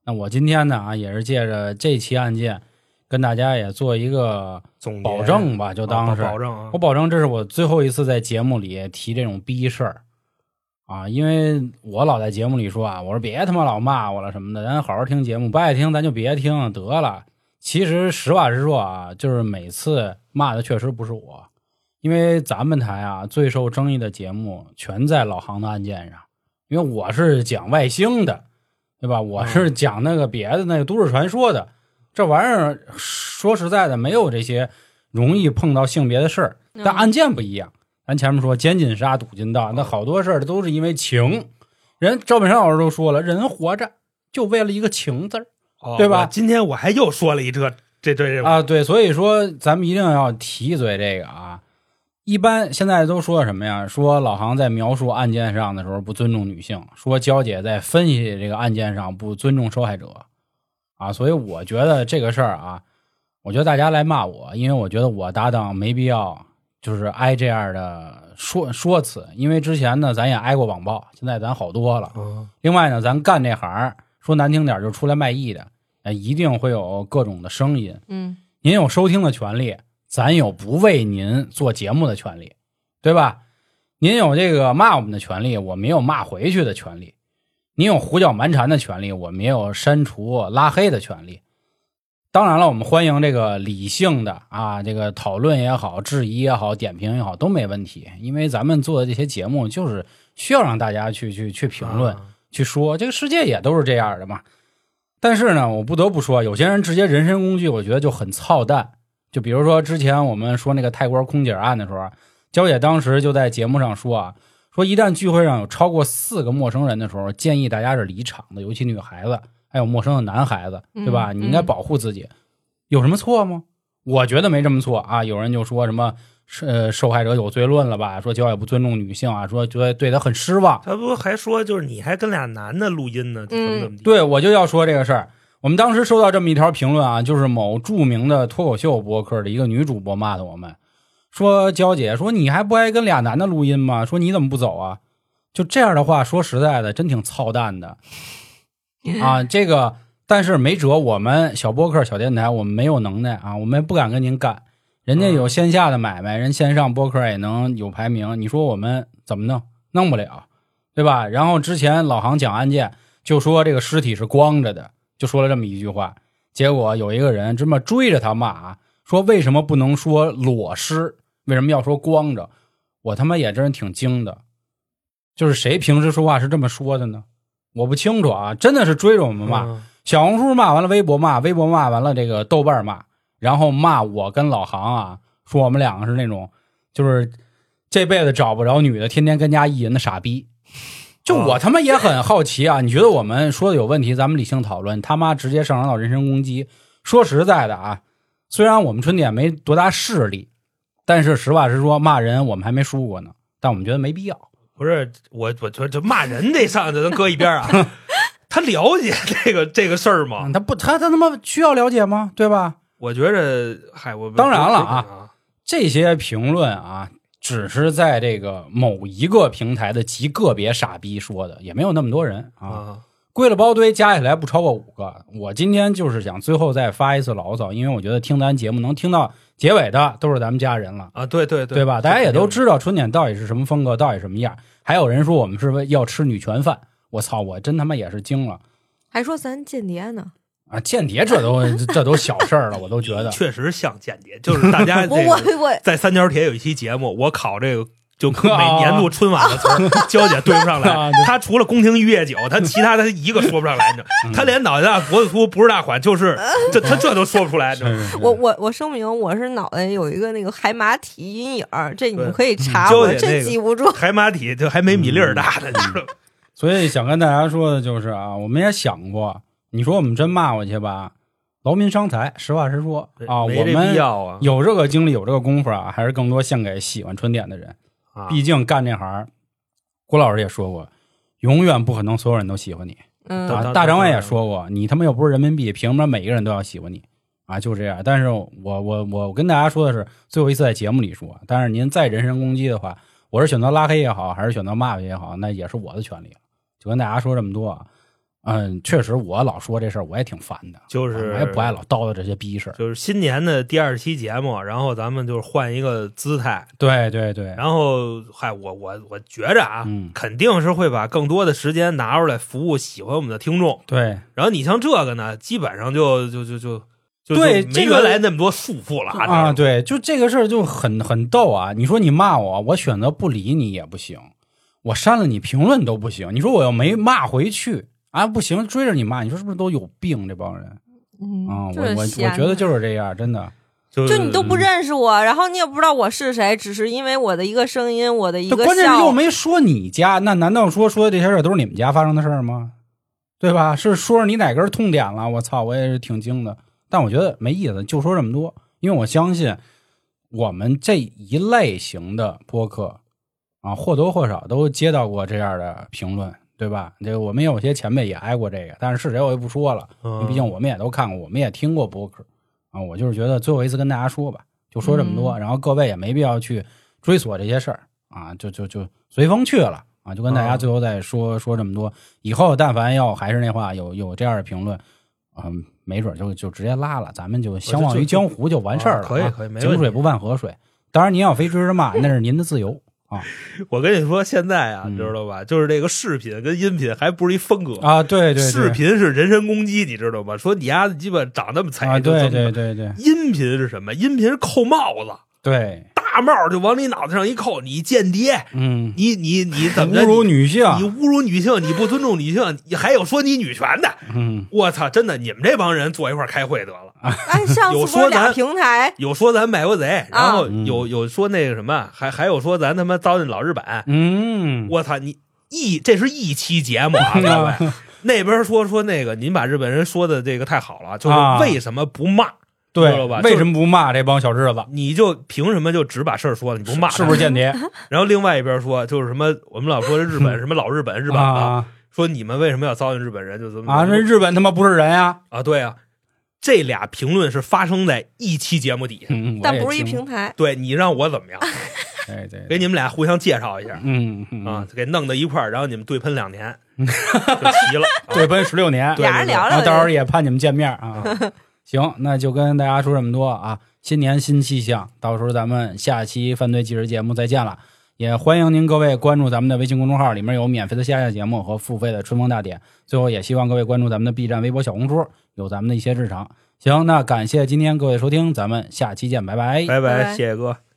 C: 那我今天呢啊，也是借着这期案件，跟大家也做一个
B: 总
C: 保证吧，就当是、
B: 啊、保证啊，
C: 我保证这是我最后一次在节目里提这种逼事儿啊，因为我老在节目里说啊，我说别他妈老骂我了什么的，咱好好听节目，不爱听咱就别听得了。其实实话实说啊，就是每次骂的确实不是我，因为咱们台啊最受争议的节目全在老航的案件上，因为我是讲外星的，对吧？我是讲那个别的那个都市传说的，这玩意儿说实在的没有这些容易碰到性别的事儿，但案件不一样。咱前面说奸禁杀赌禁盗，那好多事儿都是因为情。人赵本山老师都说了，人活着就为了一个情字儿。
B: 哦、
C: 对吧？
B: 今天我还又说了一这这这这
C: 啊，对，所以说咱们一定要提一嘴这个啊。一般现在都说什么呀？说老航在描述案件上的时候不尊重女性，说娇姐在分析这个案件上不尊重受害者啊。所以我觉得这个事儿啊，我觉得大家来骂我，因为我觉得我搭档没必要就是挨这样的说说辞，因为之前呢咱也挨过网暴，现在咱好多了。
B: 嗯、
C: 另外呢，咱干这行。说难听点就出来卖艺的，呃，一定会有各种的声音。
D: 嗯，
C: 您有收听的权利，咱有不为您做节目的权利，对吧？您有这个骂我们的权利，我们也有骂回去的权利。您有胡搅蛮缠的权利，我们也有删除拉黑的权利。当然了，我们欢迎这个理性的啊，这个讨论也好，质疑也好，点评也好，都没问题。因为咱们做的这些节目就是需要让大家去去去评论。啊去说这个世界也都是这样的嘛，但是呢，我不得不说，有些人直接人身攻击，我觉得就很操蛋。就比如说之前我们说那个泰国空姐案的时候，娇姐当时就在节目上说啊，说一旦聚会上有超过四个陌生人的时候，建议大家是离场的，尤其女孩子还有陌生的男孩子，对吧？
D: 嗯、
C: 你应该保护自己，嗯、有什么错吗？我觉得没这么错啊。有人就说什么。呃，受害者有罪论了吧？说娇姐不尊重女性啊，说觉得对她很失望。
B: 他不还说就是你还跟俩男的录音呢？
D: 嗯，
C: 对，我就要说这个事儿。我们当时收到这么一条评论啊，就是某著名的脱口秀播客的一个女主播骂的我们，说娇姐说你还不爱跟俩男的录音吗？说你怎么不走啊？就这样的话，说实在的，真挺操蛋的啊。这个，但是没辙，我们小播客、小电台，我们没有能耐啊，我们也不敢跟您干。人家有线下的买卖，人线上播客也能有排名，你说我们怎么弄？弄不了，对吧？然后之前老航讲案件就说这个尸体是光着的，就说了这么一句话，结果有一个人这么追着他骂，说为什么不能说裸尸，为什么要说光着？我他妈也真是挺惊的，就是谁平时说话是这么说的呢？我不清楚啊，真的是追着我们骂，
B: 嗯、
C: 小红书骂完了，微博骂，微博骂完了，这个豆瓣骂。然后骂我跟老航啊，说我们两个是那种，就是这辈子找不着女的，天天跟家意淫的傻逼。就我他妈也很好奇啊，你觉得我们说的有问题，咱们理性讨论，他妈直接上升到人身攻击。说实在的啊，虽然我们春点没多大势力，但是实话实说，骂人我们还没输过呢，但我们觉得没必要。
B: 不是我，我觉得这骂人这上就能搁一边啊。他了解这个这个事儿吗？
C: 他不，他他他妈需要了解吗？对吧？
B: 我觉着，嗨，我
C: 当然了啊，这些评论啊，只是在这个某一个平台的极个别傻逼说的，也没有那么多人啊。
B: 啊
C: 归了包堆，加起来不超过五个。我今天就是想最后再发一次牢骚，因为我觉得听咱节目能听到结尾的都是咱们家人了
B: 啊，对对
C: 对，对吧？大家也都知道春点到底是什么风格，到底什么样。还有人说我们是要吃女权饭，我操，我真他妈也是惊了，
D: 还说咱间谍呢。
C: 啊，间谍这都这都小事儿了，我都觉得
B: 确实像间谍，就是大家这个在三角铁有一期节目，我考这个就每年度春晚的词儿，娇姐对不上来，他除了宫廷玉液酒，他其他他一个说不上来，你知道，他连脑袋大脖子粗不是大款，就是这他这都说不出来，知道吗？
D: 我我我声明，我是脑袋有一个那个海马体阴影，这你们可以查，我真记不住。
B: 海马体就还没米粒儿大呢，你知道。
C: 所以想跟大家说的就是啊，我们也想过。你说我们真骂过去吧，劳民伤财。实话实说啊，我们有这个精力有这个功夫啊，还是更多献给喜欢春点的人。
B: 啊、
C: 毕竟干这行，郭老师也说过，永远不可能所有人都喜欢你。
D: 嗯，
C: 啊、大张伟也说过，你他妈又不是人民币，凭什么每个人都要喜欢你啊？就这样。但是我我我跟大家说的是，最后一次在节目里说，但是您再人身攻击的话，我是选择拉黑也好，还是选择骂也好，那也是我的权利。就跟大家说这么多啊。 嗯，确实，我老说这事儿，我也挺烦的，
B: 就是
C: 我也不爱老叨叨这些逼事儿。
B: 就是新年的第二期节目，然后咱们就是换一个姿态，
C: 对对对，
B: 然后嗨，我我我觉着啊，
C: 嗯，
B: 肯定是会把更多的时间拿出来服务喜欢我们的听众。
C: 对，
B: 然后你像这个呢，基本上就就就就就
C: 对，
B: 就没
C: 这个
B: 原来那么多束缚了
C: 啊。对，就这个事儿就很很逗啊。你说你骂我，我选择不理你也不行，我删了你评论都不行。你说我要没骂回去。啊，不行，追着你骂，你说是不是都有病？这帮人，
D: 嗯，
C: 啊，
D: 就是
C: 我我我
D: 闲
C: 觉得就是这样，真的。
B: 就
D: 就你都不认识我，然后你也不知道我是谁，只是因为我的一个声音，我的一个笑。
C: 关键是又没说你家，那难道说说的这些事儿都是你们家发生的事儿吗？对吧？是说说你哪根痛点了？我操，我也是挺惊的。但我觉得没意思，就说这么多，因为我相信我们这一类型的播客啊，或多或少都接到过这样的评论。对吧？这个我们也有些前辈也挨过这个，但是是谁我也不说了，因为毕竟我们也都看过，我们也听过播客啊。我就是觉得最后一次跟大家说吧，就说这么多，嗯、然后各位也没必要去追索这些事儿啊，就就就随风去了啊，就跟大家最后再说、嗯、说这么多。以后但凡要还是那话，有有这样的评论，嗯，没准就就直接拉了，咱们就相忘于江湖就完事儿了、啊。
B: 可以可以，没问题。
C: 井水不犯河水。当然您要非追着骂，那是您的自由。啊，
B: 我跟你说，现在啊，知道吧？嗯、就是这个视频跟音频还不是一风格
C: 啊，对 对, 对，
B: 视频是人身攻击，你知道吧？说你丫鸡巴长那么菜，
C: 啊，对对对对。
B: 音频是什么？音频是扣帽子，
C: 对，
B: 大帽就往你脑袋上一扣，你间谍，
C: 嗯，
B: 你你你怎么
C: 侮辱女性？
B: 你侮辱女性，你不尊重女性，你还有说你女权的，
C: 嗯，
B: 我操，真的，你们这帮人坐一块开会得了。
D: 哎，上次不是俩平台，
B: 有说咱卖过贼，然后有、
C: 啊、
B: 有说那个什么，还还有说咱他妈糟践老日本。
C: 嗯，
B: 我操，你一这是一期节目啊，各位那边说说那个，您把日本人说的这个太好了，就是为什么不骂？啊、
C: 对，
B: 知道吧？
C: 为什么不骂这帮小日子？
B: 你就凭什么就只把事儿说了，你不骂？
C: 是不是间谍？
B: 然后另外一边说，就是什么我们老说日本什么老日本日本的、
C: 啊，
B: 说你们为什么要糟践日本人？就怎么
C: 啊？那日本他妈不是人呀！
B: 啊，对啊。这俩评论是发生在一期节目底下，
C: 嗯、
D: 但不是一平台。
B: 对，你让我怎么样？
C: 对对，
B: 给你们俩互相介绍一下，
C: 嗯, 嗯
B: 啊，给弄到一块儿，然后你们对喷两年，就齐了，
C: 啊、对喷十六年，
D: 俩人聊聊，
C: 然后到时候也盼你们见面啊。行，那就跟大家说这么多啊，新年新气象，到时候咱们下期犯罪纪实节目再见了。也欢迎您各位关注咱们的微信公众号，里面有免费的下架节目和付费的春风大典。最后也希望各位关注咱们的 B 站、微博、小红书，有咱们的一些日常。行，那感谢今天各位收听，咱们下期见，拜拜，
B: 拜拜，谢谢哥。